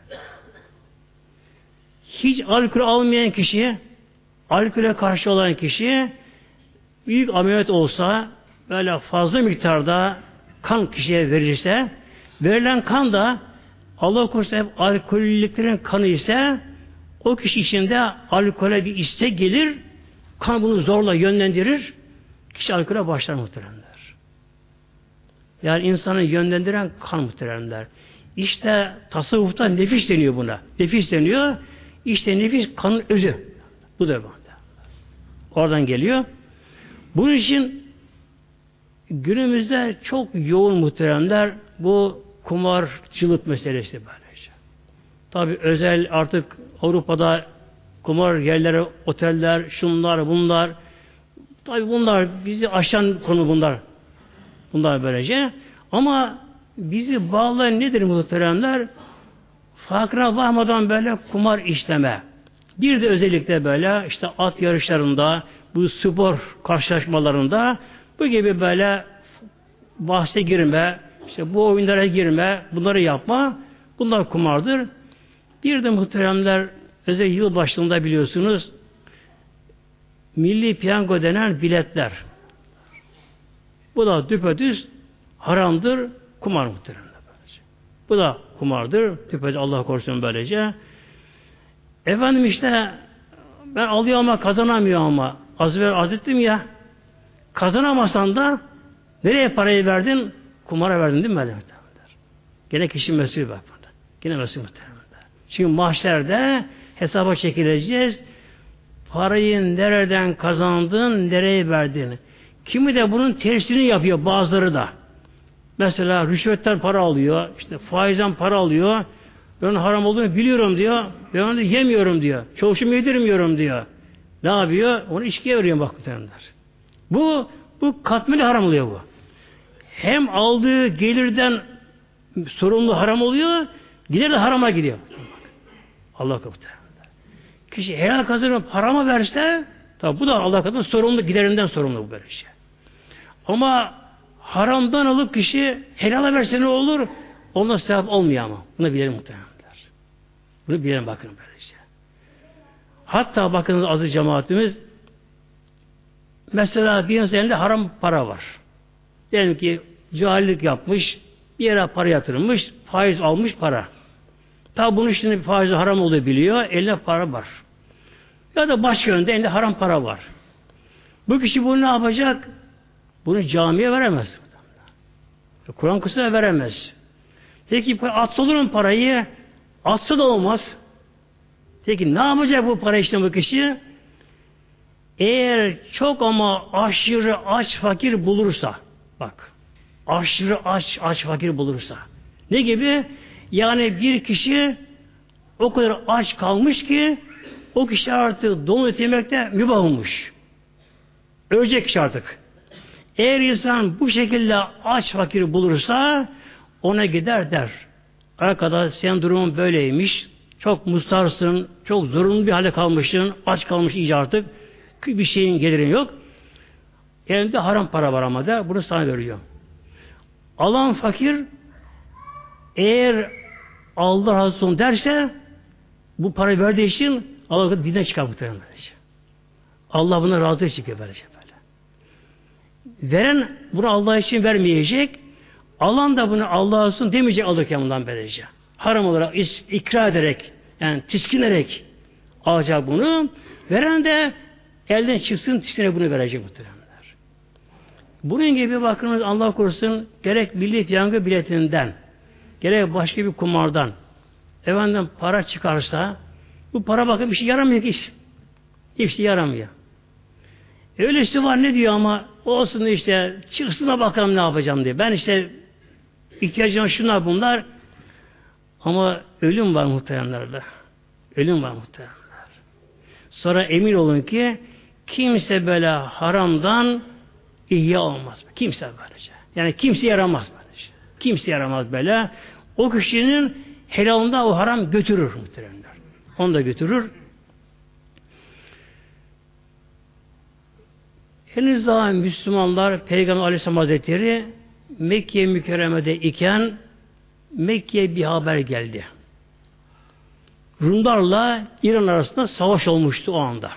Hiç alkol almayan kişi, alkole karşı olan kişi büyük ameliyat olsa böyle fazla miktarda kan kişiye verirse verilen kan da Allah korusun hep alkollüklerin kanı ise o kişi içinde alkole bir istek gelir, kan bunu zorla yönlendirir, kişi alkole başlar muhteremler. Yani insanı yönlendiren kan muhteremler. İşte tasavvufta nefis deniyor buna. Nefis deniyor. İşte nefis kanın özü. Bu da bu. Oradan geliyor. Bunun için günümüzde çok yoğun muhteremler bu kumarcılık meselesi böylece. Tabi özel artık Avrupa'da kumar yerleri, oteller, şunlar, bunlar. Tabi bunlar bizi aşan konu bunlar. Bunlar böylece. Ama bizi bağlayan nedir muhteremler? Farkına varmadan böyle kumar işleme. Bir de özellikle böyle işte at yarışlarında, bu spor karşılaşmalarında bu gibi böyle bahse girme, işte bu oyunlara girme, bunları yapma, bunlar kumardır. Bir de muhteremler özel yıl başlarında biliyorsunuz milli piyango denen biletler. Bu da düpedüz haramdır, kumar muhteremler. Bu da kumardır, düpedüz Allah korusun böylece. Efendim işte ben alıyor ama kazanamıyor ama az ver az ettim ya kazanamasan da nereye parayı verdin? Kumara verdin değil mi? Gene kişi mesul bak burada. Gene mesul muhtemelen. Çünkü mahşerde hesaba çekileceğiz. Parayı nereden kazandın, nereye verdin? Kimi de bunun tersini yapıyor bazıları da. Mesela rüşvetten para alıyor, işte faizden para alıyor. Ben haram olduğunu biliyorum diyor. Ben onu yemiyorum diyor. Çoğuşumu yedirmiyorum diyor. Ne yapıyor? Onu içkiye veriyor bak muhtemelenler. Bu katmeli haram oluyor bu. Hem aldığı gelirden sorumlu haram oluyor, gider de harama gidiyor. Allah korusun. Kişi helal kazanıp harama verse, tabi bu da Allah katında sorumlu, giderinden sorumlu bu böyle şey. Ama haramdan alıp kişi helala verse ne olur? Ondan sevap olmuyor ama. Bunu bilelim muhtemelenler. Bunu bilelim bakın böylece. Hatta bakın aziz cemaatimiz mesela bir insanın elinde haram para var. Diyelim ki cahillik yapmış, bir yere para yatırmış, faiz almış para. Tabi bunun için faiz haram olduğu biliyor, eline para var. Ya da başka yönde elinde haram para var. Bu kişi bunu ne yapacak? Bunu camiye veremez. Kur'an kursuna veremez. Peki atsa olur mu parayı? Atsa da olmaz. Peki ne yapacak bu para işte bu kişi? Eğer çok ama aşırı aç fakir bulursa, bak, aşırı aç fakir bulursa, ne gibi? Yani bir kişi o kadar aç kalmış ki o kişi artık donut yemekte mübah olmuş. Ölecek kişi artık. Eğer insan bu şekilde aç fakir bulursa ona gider der. Arkadaş senin durumun böyleymiş. Çok mustarsın, çok zorunlu bir hale kalmışsın, aç kalmış iyice artık. Bir şeyin gelirin yok. Elinde haram para var ama da bunu sana veriyor. Alan fakir eğer Allah razı olsun derse bu parayı verdiği için Allah'ın dinden çıkar muhtemelen böylece. Allah buna razı çıkıyor böylece böyle. Veren bunu Allah için vermeyecek. Alan da bunu Allah olsun demeyecek alırken bundan böylece. Haram olarak ikrar ederek yani tiskinerek alacak bunu. Veren de elden çıksın tiskine bunu verecek muhtemelen. Bunun gibi bakınız Allah korusun gerek milli piyango biletinden gerek başka bir kumardan efendim para çıkarsa bu para bakın bir şey yaramıyor ki hiç. Hiçbir şey yaramıyor. Öylesi var ne diyor ama olsun işte çıksın da bakalım ne yapacağım diye. Ben işte ihtiyacım şunlar bunlar ama ölüm var muhteremlerde. Ölüm var muhteremler. Sonra emin olun ki kimse böyle haramdan ihya olmaz. Kimse böylece. Yani kimse yaramaz. Kimse yaramaz böyle. O kişinin helalında o haram götürür muhteremler. Onu da götürür. Henüz daha Müslümanlar Peygamber Aleyhisselam Hazretleri Mekke-i Mükerreme'de iken Mekke'ye bir haber geldi. Rumlarla İran arasında savaş olmuştu o anda.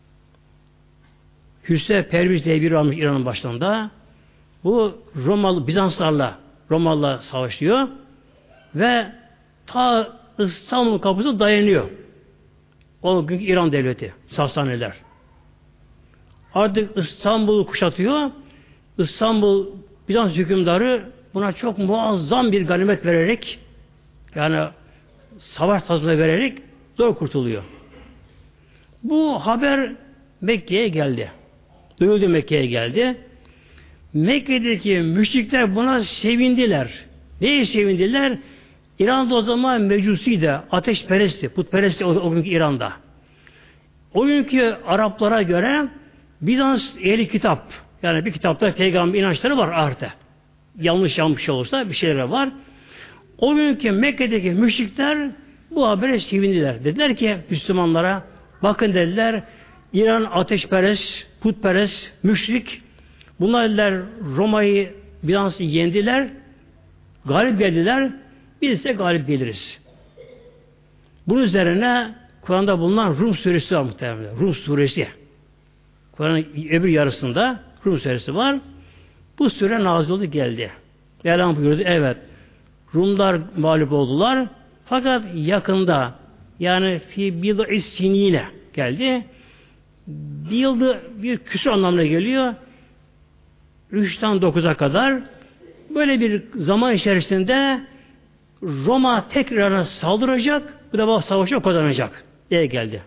Hüsrev Perviz diye biri varmış İran'ın başlarında. Bu Romalı, Romalılarla savaşıyor ve ta İstanbul kapısına dayanıyor. O günkü İran devleti, Sasaniler. Artık İstanbul'u kuşatıyor. İstanbul Bizans hükümdarı buna çok muazzam bir ganimet vererek, yani savaş tazminatı vererek zor kurtuluyor. Bu haber Mekke'ye geldi. Duyuldu, Mekke'ye geldi. Mekke'deki müşrikler buna sevindiler. Neye sevindiler? İran'da o zaman mecusiydi, ateşperestti, putperestti o günkü İran'da. O günkü Araplara göre Bizans ehli kitap, yani bir kitapta peygamber inançları var artık. Yanlış yapmış olursa bir şeyler var. O günkü Mekke'deki müşrikler bu habere sevindiler. Dediler ki Müslümanlara, bakın dediler, İran ateşperest, putperest, müşrik. Bunlar dediler Roma'yı, Bizans'ı yendiler, galip geldiler, biz de galip geliriz. Bunun üzerine Kur'an'da bulunan Rum suresi var muhtemelen. Rum suresi. Kur'an'ın öbür yarısında Rum suresi var. Bu sure nazil oldu, geldi. Mevlam buyurdu, evet, Rumlar mağlup oldular. Fakat yakında, yani fi bid'i sinine geldi. Bir yılda bir küsur anlamına geliyor. 3'ten 9'a kadar böyle bir zaman içerisinde Roma tekrar saldıracak, bu da savaşı kazanacak diye geldi.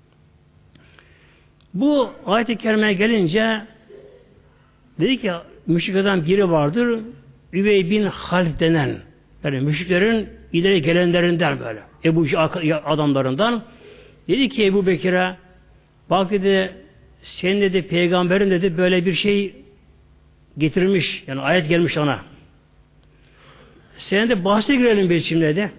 Bu ayet-i kerimeye gelince dedi ki müşriklerden biri vardır, Üvey bin Half denen, yani müşriklerin ileri gelenlerinden böyle, Ebu adamlarından. Dedi ki Ebu Bekir'e, bak dedi, senin dedi peygamberin dedi böyle bir şey getirmiş, yani ayet gelmiş ona. Sen de bahse girelim bir şimdi dedi.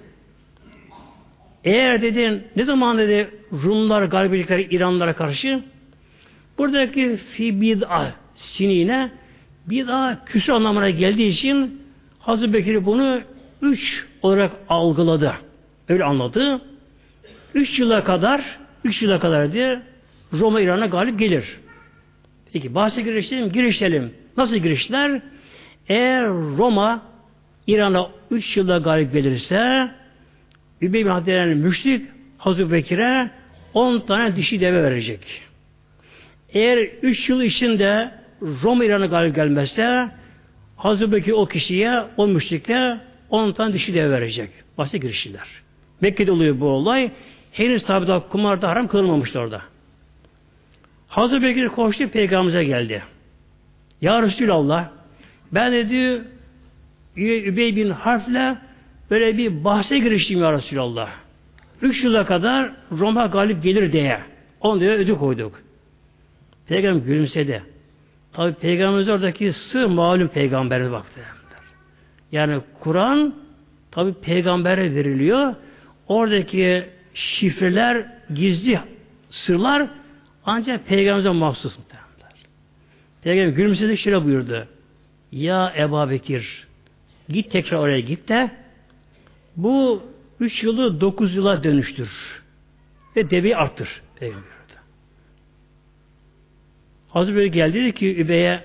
Eğer dedi, ne zaman dedi Rumlar galip gelecekler İranlılara karşı, buradaki fi bid'a sinine, bid'a küsur anlamına geldiği için Hazreti Bekir bunu 3 olarak algıladı. Öyle anladı. 3 yıla kadar diye Roma İran'a galip gelir. Peki bahse girişelim. Nasıl girişler? Eğer Roma İran'a 3 yılda galip gelirse Übey bin Halef müşrik Hazreti Bekir'e 10 tane dişi deve verecek. Eğer 3 yıl içinde Roma İran'a galip gelmezse Hazreti Bekir o kişiye, o müşrike 10 tane dişi deve verecek. Bahse giriştiler. Mekke'de oluyor bu olay. Henüz tabi da kumarda haram kılınmamıştı orada. Hazreti Bekir koştu, Peygamberimize geldi. Ya Resulallah, ben dedi Übey bin Harf'le böyle bir bahse giriştim ya Resulallah. 3 yıla kadar Roma galip gelir diye. Onu diye ödül koyduk. Peygamber gülümsedi. Tabi Peygamberimiz oradaki sır malum Peygamber'e baktı. Yani Kur'an tabi Peygamber'e veriliyor. Oradaki şifreler, gizli sırlar ancak Peygamber'e mahsus. Peygamber gülümsedi, şöyle buyurdu. Ya Ebu Bekir, git tekrar oraya git de bu 3 yılı 9 yıla dönüştür. Ve deveyi arttır. Peygamber. Hazreti Bekir geldi dedi ki Übey'e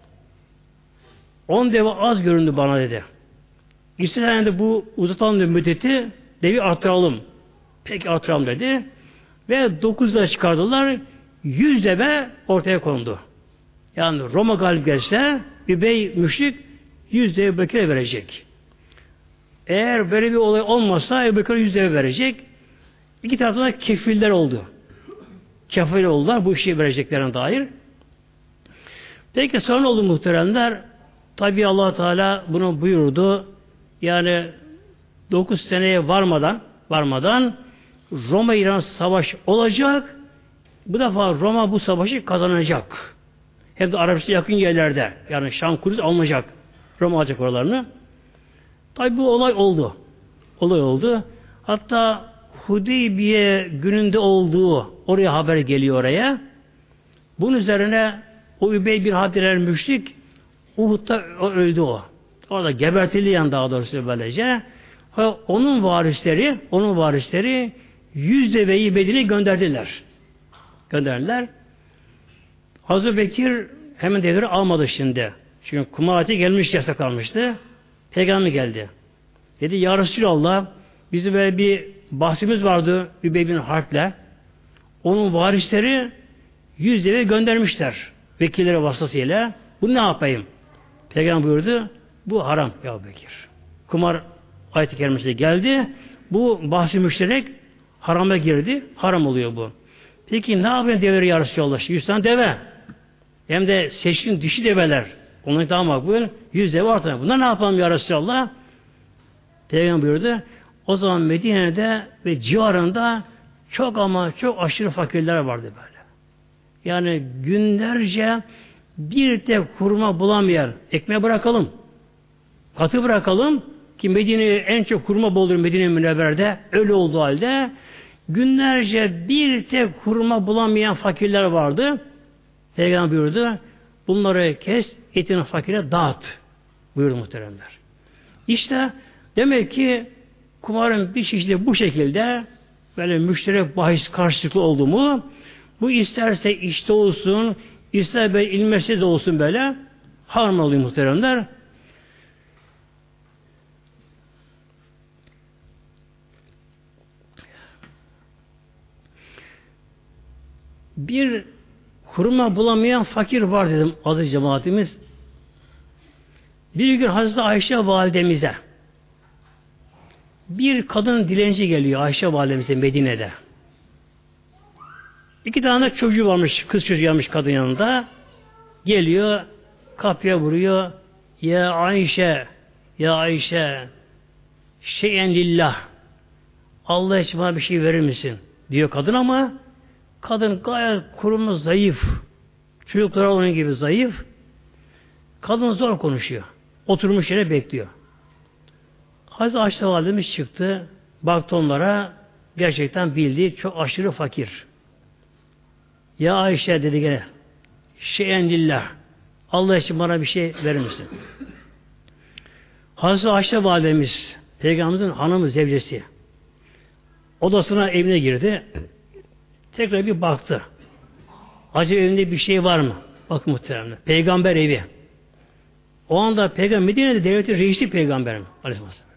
10 deve az göründü bana dedi. İstersen de bu uzatalım müddeti, devi arttıralım. Peki arttıralım dedi. Ve 9 yıla çıkardılar. 100 deve ortaya kondu. Yani Roma galip gelse Übey müşrik 100 deve Bekir'e verecek. Eğer böyle bir olay olmasa Ebu Bekir'e 100 deve verecek. İki taraftan da kefiller oldu. Kefil oldular bu işi vereceklerine dair. Peki sonra oldu muhteremler. Tabi Allah Teala bunu buyurdu. Yani 9 seneye varmadan Roma-İran savaş olacak. Bu defa Roma bu savaşı kazanacak. Hem de Arabistan yakın yerlerde. Yani Şam Kudüs alınacak. Roma alacak oralarını. Tabi bu olay oldu. Olay oldu. Hatta Hudeybiye gününde olduğu oraya haber geliyor oraya. Bunun üzerine o Übey bin Hadirer müşrik Uhud'da öldü o. Orada gebertildi yani daha doğrusu böylece. Onun varisleri 100 deveyi Medine'ye gönderdiler. Hazreti Bekir hemen develeri almadı şimdi. Çünkü kumarati gelmiş, yasak kalmıştı. Peygamber geldi. Dedi ya Resulallah, bizim böyle bir bahsimiz vardı Übey bin Harp'le. Onun varisleri 100 deve göndermişler. Vekilleri vasıtasıyla. Bunu ne yapayım? Peygamber buyurdu. Bu haram ya Bekir. Kumar ayet-i kerimesi geldi. Bu bahsi müşterek harama girdi. Haram oluyor bu. Peki ne yapayım develeri ya Resulallah? 100 tane deve. Hem de seçkin dişi develer. Onların daha makbul. 100 deve var. Bunlar ne yapalım ya Resulallah? Peygamber buyurdu. O zaman Medine'de ve civarında çok ama çok aşırı fakirler vardı böyle. Yani günlerce bir tek hurma bulamayan ekmeği bırakalım. Katı bırakalım ki Medine'ye en çok hurma boldur Medine-i Münevver'de. Öyle olduğu halde günlerce bir tek hurma bulamayan fakirler vardı. Peygamber buyurdu. Bunları kes, etini fakire dağıt. Buyurdu muhteremler. İşte demek ki kumarın bir çeşidi bu şekilde böyle müşterek bahis karşılıklı oldu mu bu isterse işte olsun ister böyle ilmesi de olsun böyle haram oluyor muhteremler. Bir hurma bulamayan fakir var dedim aziz cemaatimiz. Bir gün Hazreti Ayşe validemize bir kadın dilenci geliyor Ayşe validemize Medine'de. 2 tane çocuğu varmış, kız çocuğu varmış kadın yanında. Geliyor, kapıya vuruyor. Ya Ayşe, ya Ayşe, şeyen lillah. Allah için bana bir şey verir misin? Diyor kadın ama kadın gayet kurumu zayıf. Çocuklar onun gibi zayıf. Kadın zor konuşuyor. Oturmuş yere bekliyor. Hazreti Ayşe validemiz çıktı. Baktı onlara gerçekten bildiği çok aşırı fakir. Ya Ayşe dedi gene. Şeyen lillah. Allah için bana bir şey verir misin? Hazreti Ayşe validemiz Peygamberimizin hanımı zevcesi. Odasına evine girdi. Tekrar bir baktı. Acaba evinde bir şey var mı? Bakın muhteremler. Peygamber evi. O anda Peygamber Medine'de devletin reisi Peygamberim. Aleyhisselam.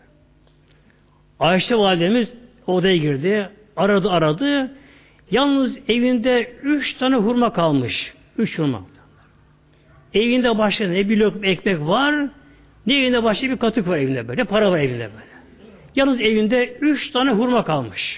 Ayşe validemiz odaya girdi. Aradı. Yalnız evinde 3 tane hurma kalmış. 3 hurma. Evinde başka ne bir lokma ekmek var, ne evinde başka bir katık var evinde böyle. Para var evinde böyle. Yalnız evinde 3 tane hurma kalmış.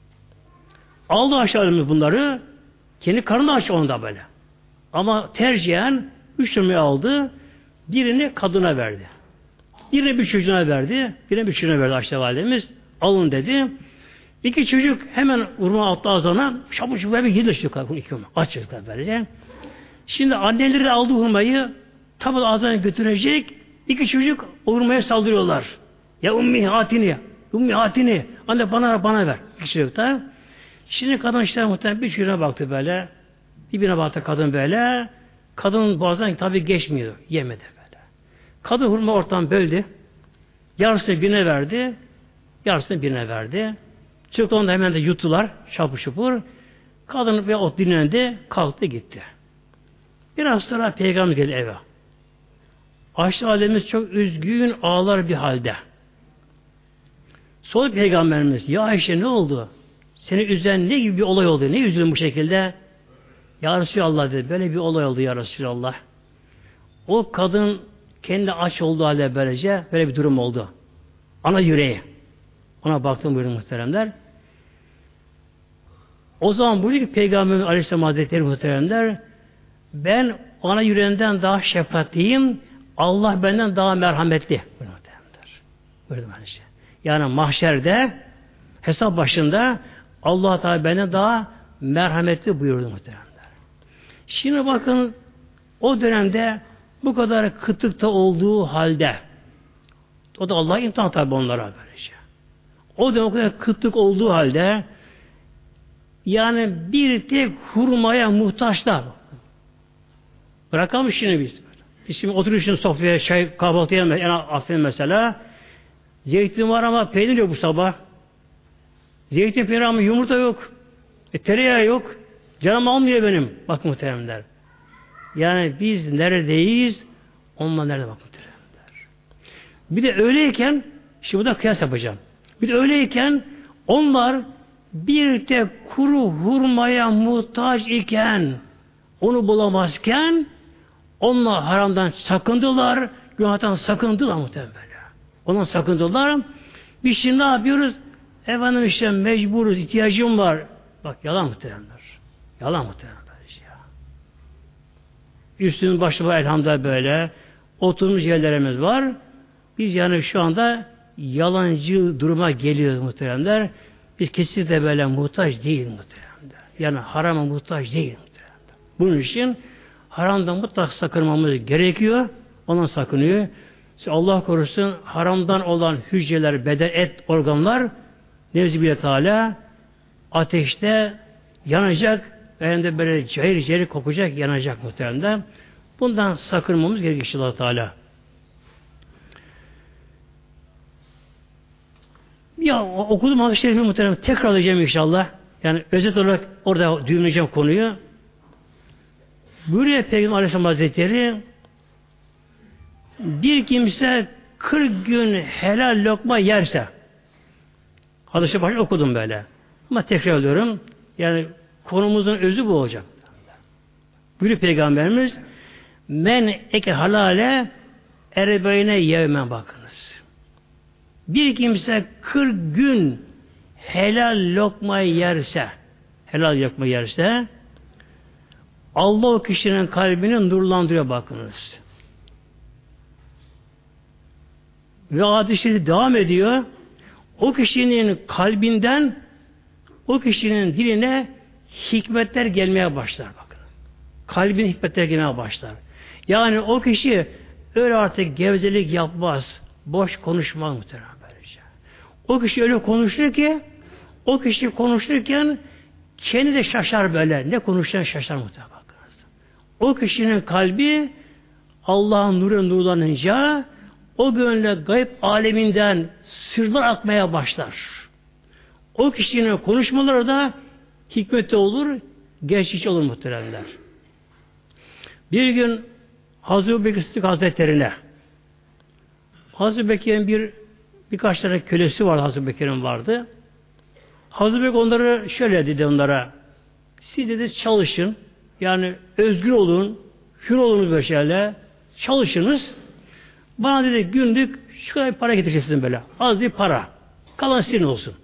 Aldı aşağı bunları. Kendi karnı aç onda böyle. Ama tercihen 3 hurmayı aldı. Birini kadına verdi. Birini bir çocuğuna verdi. Birini bir çocuğuna verdi Ayşe validemiz. Alın dedi. 2 çocuk hemen hurma attı ağzına. Şapur şapur bir yedi çocuklar. 2 hurma. Aç çocuklar böylece. Şimdi anneleri de aldı hurmayı. Tabi ağzına götürecek. 2 çocuk hurmaya saldırıyorlar. Ya ummi hatini. Ummi hatini. Anne bana ver. 2 çocuklar. Şimdi kadın işte muhtemelen bir çocuğuna baktı böyle. Birbirine baktı kadın böyle. Kadının boğazdan tabi geçmiyor. Yemedi böyle. Kadın hurma ortadan böldü. Yarısını birine verdi. Yarısını birine verdi. Çocuklar da hemen de yuttular. Şapur şupur. Kadın ve o dinlendi. Kalktı gitti. Biraz sonra Peygamber geldi eve. Ayşe validemiz çok üzgün ağlar bir halde. Sonra Peygamberimiz ya Ayşe ne oldu? Seni üzen ne gibi bir olay oldu? Ne üzüldün bu şekilde? Ya Resulallah dedi. Böyle bir olay oldu ya Resulallah. O kadın kendi aç olduğu halde böylece böyle bir durum oldu. Ana yüreği. Ona baktım buyurun muhteremler. O zaman buyuruyor ki Peygamberimiz Aleyhisselam Hazretleri muhteremler ben ana yüreğinden daha şefkatliyim. Allah benden daha merhametli. Buyurun muhteremler. Yani mahşerde hesap başında Allah Teala benden daha merhametli buyurdu muhteremler. Şimdi bakın o dönemde bu kadar kıtlıkta olduğu halde, o da Allah'a imtihan tabi onlara böylece. O da o kadar kıtlık olduğu halde, yani bir tek hurmaya muhtaçlar. Bırakalım şimdi biz. Biz şimdi oturuyoruz sofraya, çay, kahvaltı yemeyiz. Yani aferin mesela. Zeytin var ama peynir yok bu sabah. Zeytin peynir ama yumurta yok. Tereyağı yok. Canım almıyor benim. Bakın muhteremler. Yani biz neredeyiz? Onlar nerede bakın muhteremler. Bir de öyleyken, şimdi burada kıyas yapacağım. Bir de öyleyken onlar bir tek kuru hurmaya muhtaç iken, onu bulamazken onlar haramdan sakındılar, günahtan sakındılar muhtemelen. Ondan sakındılar. Biz şimdi ne yapıyoruz? Efendim işte mecburuz, ihtiyacım var. Bak yalan muhtemelenler. Yalan muhtemelenler. Üstümüz başımız elhamdülillah böyle. Oturmuş yerlerimiz var. Biz yani şu anda yalancı duruma geliyoruz muhtemelenler. Biz kesinlikle böyle muhtaç değil muhtemelenler. Yani harama muhtaç değil muhtemelenler. Bunun için haramdan mutlaka sakınmamız gerekiyor. Ondan sakınıyor. Allah korusun haramdan olan hücreler, beden, et, organlar Nevzi Teala ateşte yanacak hem de böyle cayır cayır kokacak, yanacak muhtemelen. Bundan sakınmamız gerekiyor inşallah Teala. Ya okudum hadis-i şerifi muhtemelen tekrarlayacağım inşallah. Yani özet olarak orada düğümleyeceğim konuyu. Buyuruyor Peygamber Aleyhisselam Hazretleri, bir kimse 40 gün helal lokma yerse, hadis-i başta okudum böyle. Ama tekrar ediyorum. Yani konumuzun özü bu olacak. Buyuruyor Peygamberimiz, men eke halale erbeyne yevmen bakınız. Bir kimse 40 gün helal lokmayı yerse, Allah o kişinin kalbini nurlandırıyor bakınız. Ve hadis-i devam ediyor. O kişinin kalbinden o kişinin diline hikmetler gelmeye başlar bakın. Kalbine hikmetler gelmeye başlar. Yani o kişi öyle artık gevezelik yapmaz. Boş konuşmaz muhtemelen böylece. O kişi öyle konuşur ki o kişi konuşurken kendi de şaşar böyle. Ne konuşacağını şaşar muhtemelen bakınız. O kişinin kalbi Allah'ın nurlanınca o gönle gayb aleminden sırlar akmaya başlar. O kişinin konuşmaları da hikmetli olur, gerçekçi olur muhteremler. Bir gün Hazreti Bekir Sıddık Hazretleri'ne Hazreti Bekir'in birkaç tane kölesi vardı, Hazreti Bekir'in vardı. Hazreti Bekir onlara şöyle dedi onlara, siz dedi çalışın, yani özgür olun, hür olun böyle şeylerle, çalışınız. Bana dedi günlük şu kadar para getireceksin böyle. Az bir para. Kalan sizin olsun.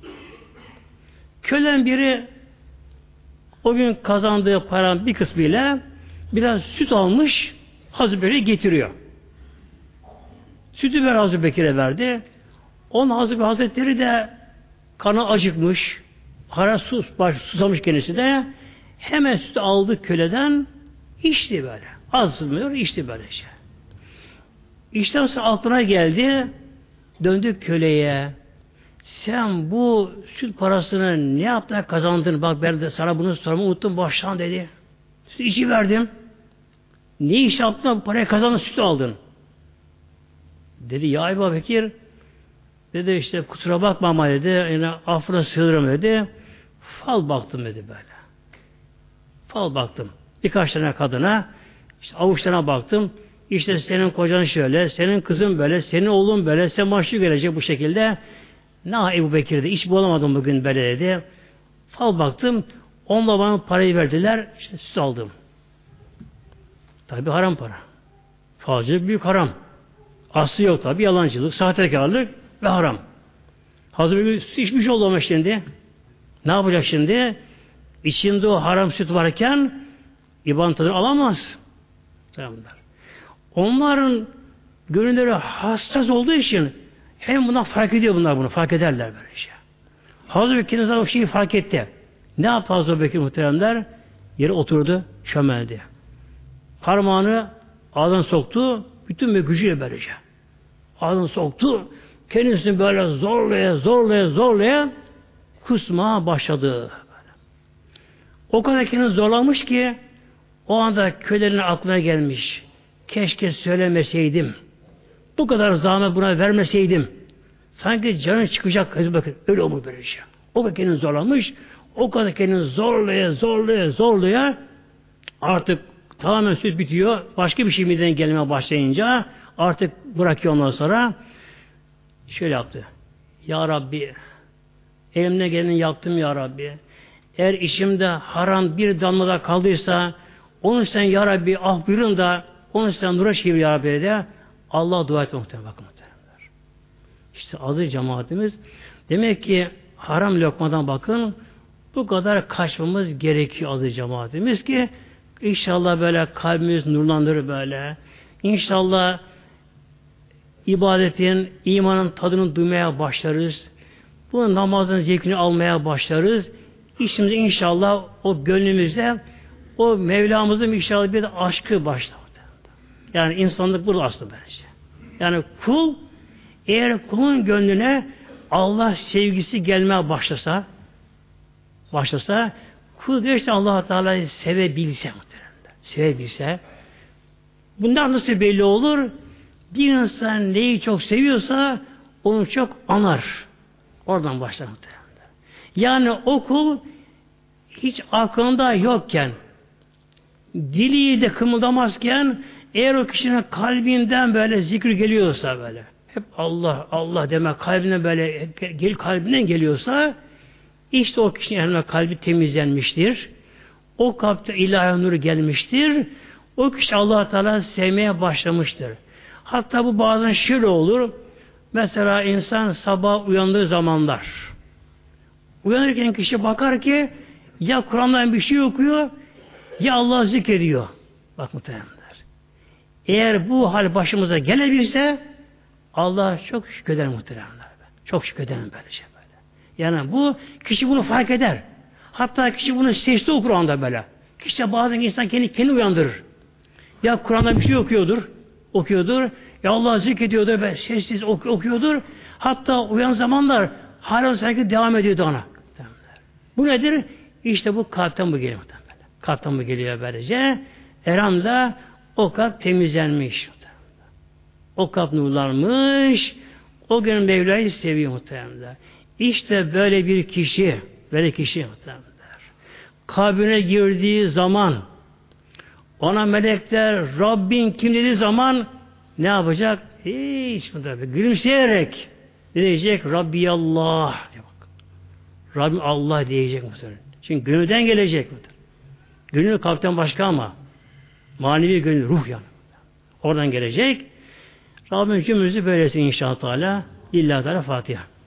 Kölen biri o gün kazandığı paranın bir kısmıyla biraz süt almış, Hazreti Bekir'e getiriyor. Sütü ver Hazreti Bekir'e verdi. Onun Hazreti Hazretleri de kanı acıkmış, susamış kendisi de hemen sütü aldı köleden, içti böyle. Az sızmıyor, içti böylece. İşten sonra aklına geldi, döndü köleye. Sen bu süt parasını ne yaptın kazandın? Bak ben de sana bunu sormayı unuttum baştan dedi. Süt içi verdim. Ne iş yaptın? Bu parayı kazandın, sütü aldın. Dedi ya Ebu Bekir, dedi işte kusura bakma ama dedi, yani affına sığınırım dedi. Fal baktım dedi böyle. Fal baktım. Birkaç tane kadına, işte avuçlarına baktım. İşte senin kocan şöyle, senin kızın böyle, senin oğlun böyle, sen maaşı gelecek bu şekilde. Ne Ebu Bekir'de, iş bulamadım bugün böyle dedi. Fal baktım, onunla bana parayı verdiler, işte süt aldım. Tabi haram para. Falcılık büyük haram. Aslı yok tabi, yalancılık, sahtekarlık ve haram. Hazır bir süt içmiş oldu ama şimdi. Ne yapacak şimdi? İçinde o haram süt varken İban tadını alamaz. Tamamdır. Onların gönülleri hassas olduğu için hem bundan fark ediyor bunlar bunu. Fark ederler böyle şey. Hazreti Bekir o şeyi fark etti. Ne yaptı Hazreti Bekir muhteremler? Yere oturdu, çömeldi. Parmağını Ağzına soktu. Bütün bir gücüyle böylece. Ağzına soktu. Kendisini böyle zorlaya kusmaya başladı. O kadar kendini zorlamış ki o anda kölelerin aklına gelmiş. Keşke söylemeseydim. Bu kadar zahmet buna vermeseydim. Sanki canı çıkacak. Bakın öyle olmuş böyle şey. O kadar kendini zorlamış. O kadar kendini zorlaya artık tamamen süt bitiyor. Başka bir şey mideden gelmeye başlayınca artık bırakıyor ondan sonra şöyle yaptı. Ya Rabbi elimden geleni yaptım ya Rabbi. Eğer işimde haram bir damlada kaldıysa onu sen ya Rabbi buyurun da onu sen nura çevir ya Rabbi de Allah dua et muhtemelen. Bakın muhtemelen. İşte adı cemaatimiz. Demek ki haram lokmadan bakın bu kadar kaçmamız gerekiyor adı cemaatimiz ki inşallah böyle kalbimiz nurlandırır böyle. İnşallah ibadetin, imanın tadını duymaya başlarız. Bu namazın zevkini almaya başlarız. İşimiz inşallah o gönlümüzde o Mevlamızın inşallah bir de aşkı başlar. Yani insanlık burada aslında bence. Yani kul eğer kulun gönlüne Allah sevgisi gelmeye başlasa kul diyor işte Allah-u Teala'yı sevebilse bundan nasıl belli olur? Bir insan neyi çok seviyorsa onu çok anar. Oradan başlar muhtemelen. Yani o kul hiç aklında yokken dili de kımıldamazken eğer o kişinin kalbinden böyle zikir geliyorsa böyle hep Allah Allah deme kalbine böyle kalbinden geliyorsa işte o kişinin kalbi temizlenmiştir. O kalpte ilahi nuru gelmiştir. O kişi Allah-u Teala sevmeye başlamıştır. Hatta bu bazen şöyle olur. Mesela insan sabah uyandığı zamanlar uyanırken kişi bakar ki ya Kur'an'dan bir şey okuyor ya Allah'ı zikrediyor. Bak muhtemelenler. Eğer bu hal başımıza gelebilse Allah çok şükreder muhtemelenler. Çok şükreder böylece böyle. Yani bu kişi bunu fark eder. Hatta kişi bunu sesli okur anda böyle. Kişi bazen insan kendi uyandırır. Ya Kur'an'da bir şey okuyordur. Ya Allah'ı zikrediyordur ve sessiz okuyordur. Hatta uyan zamanlar hala sanki devam ediyordu ona. Bu nedir? İşte bu kalpten bu geliyor. Kalpten bu geliyor böylece. Elhamdülillah o kalp temizlenmiş. O kalp nurlanmış. O gün Mevla'yı seviyor muhtemelen. İşte böyle bir kişi muhtemelen. Kabrine girdiği zaman ona melekler Rabbin kim dediği zaman ne yapacak? Hiç gülümseyerek diyecek Rabbi Allah. Rabbim Allah diyecek muhtemelen. Çünkü gönülden gelecek muhtemelen. Gönül kalpten başka ama manevi gönül, ruh yani. Oradan gelecek. Rabbim cümlemizi böylesin inşallah Teala. İlla Teala Fatiha.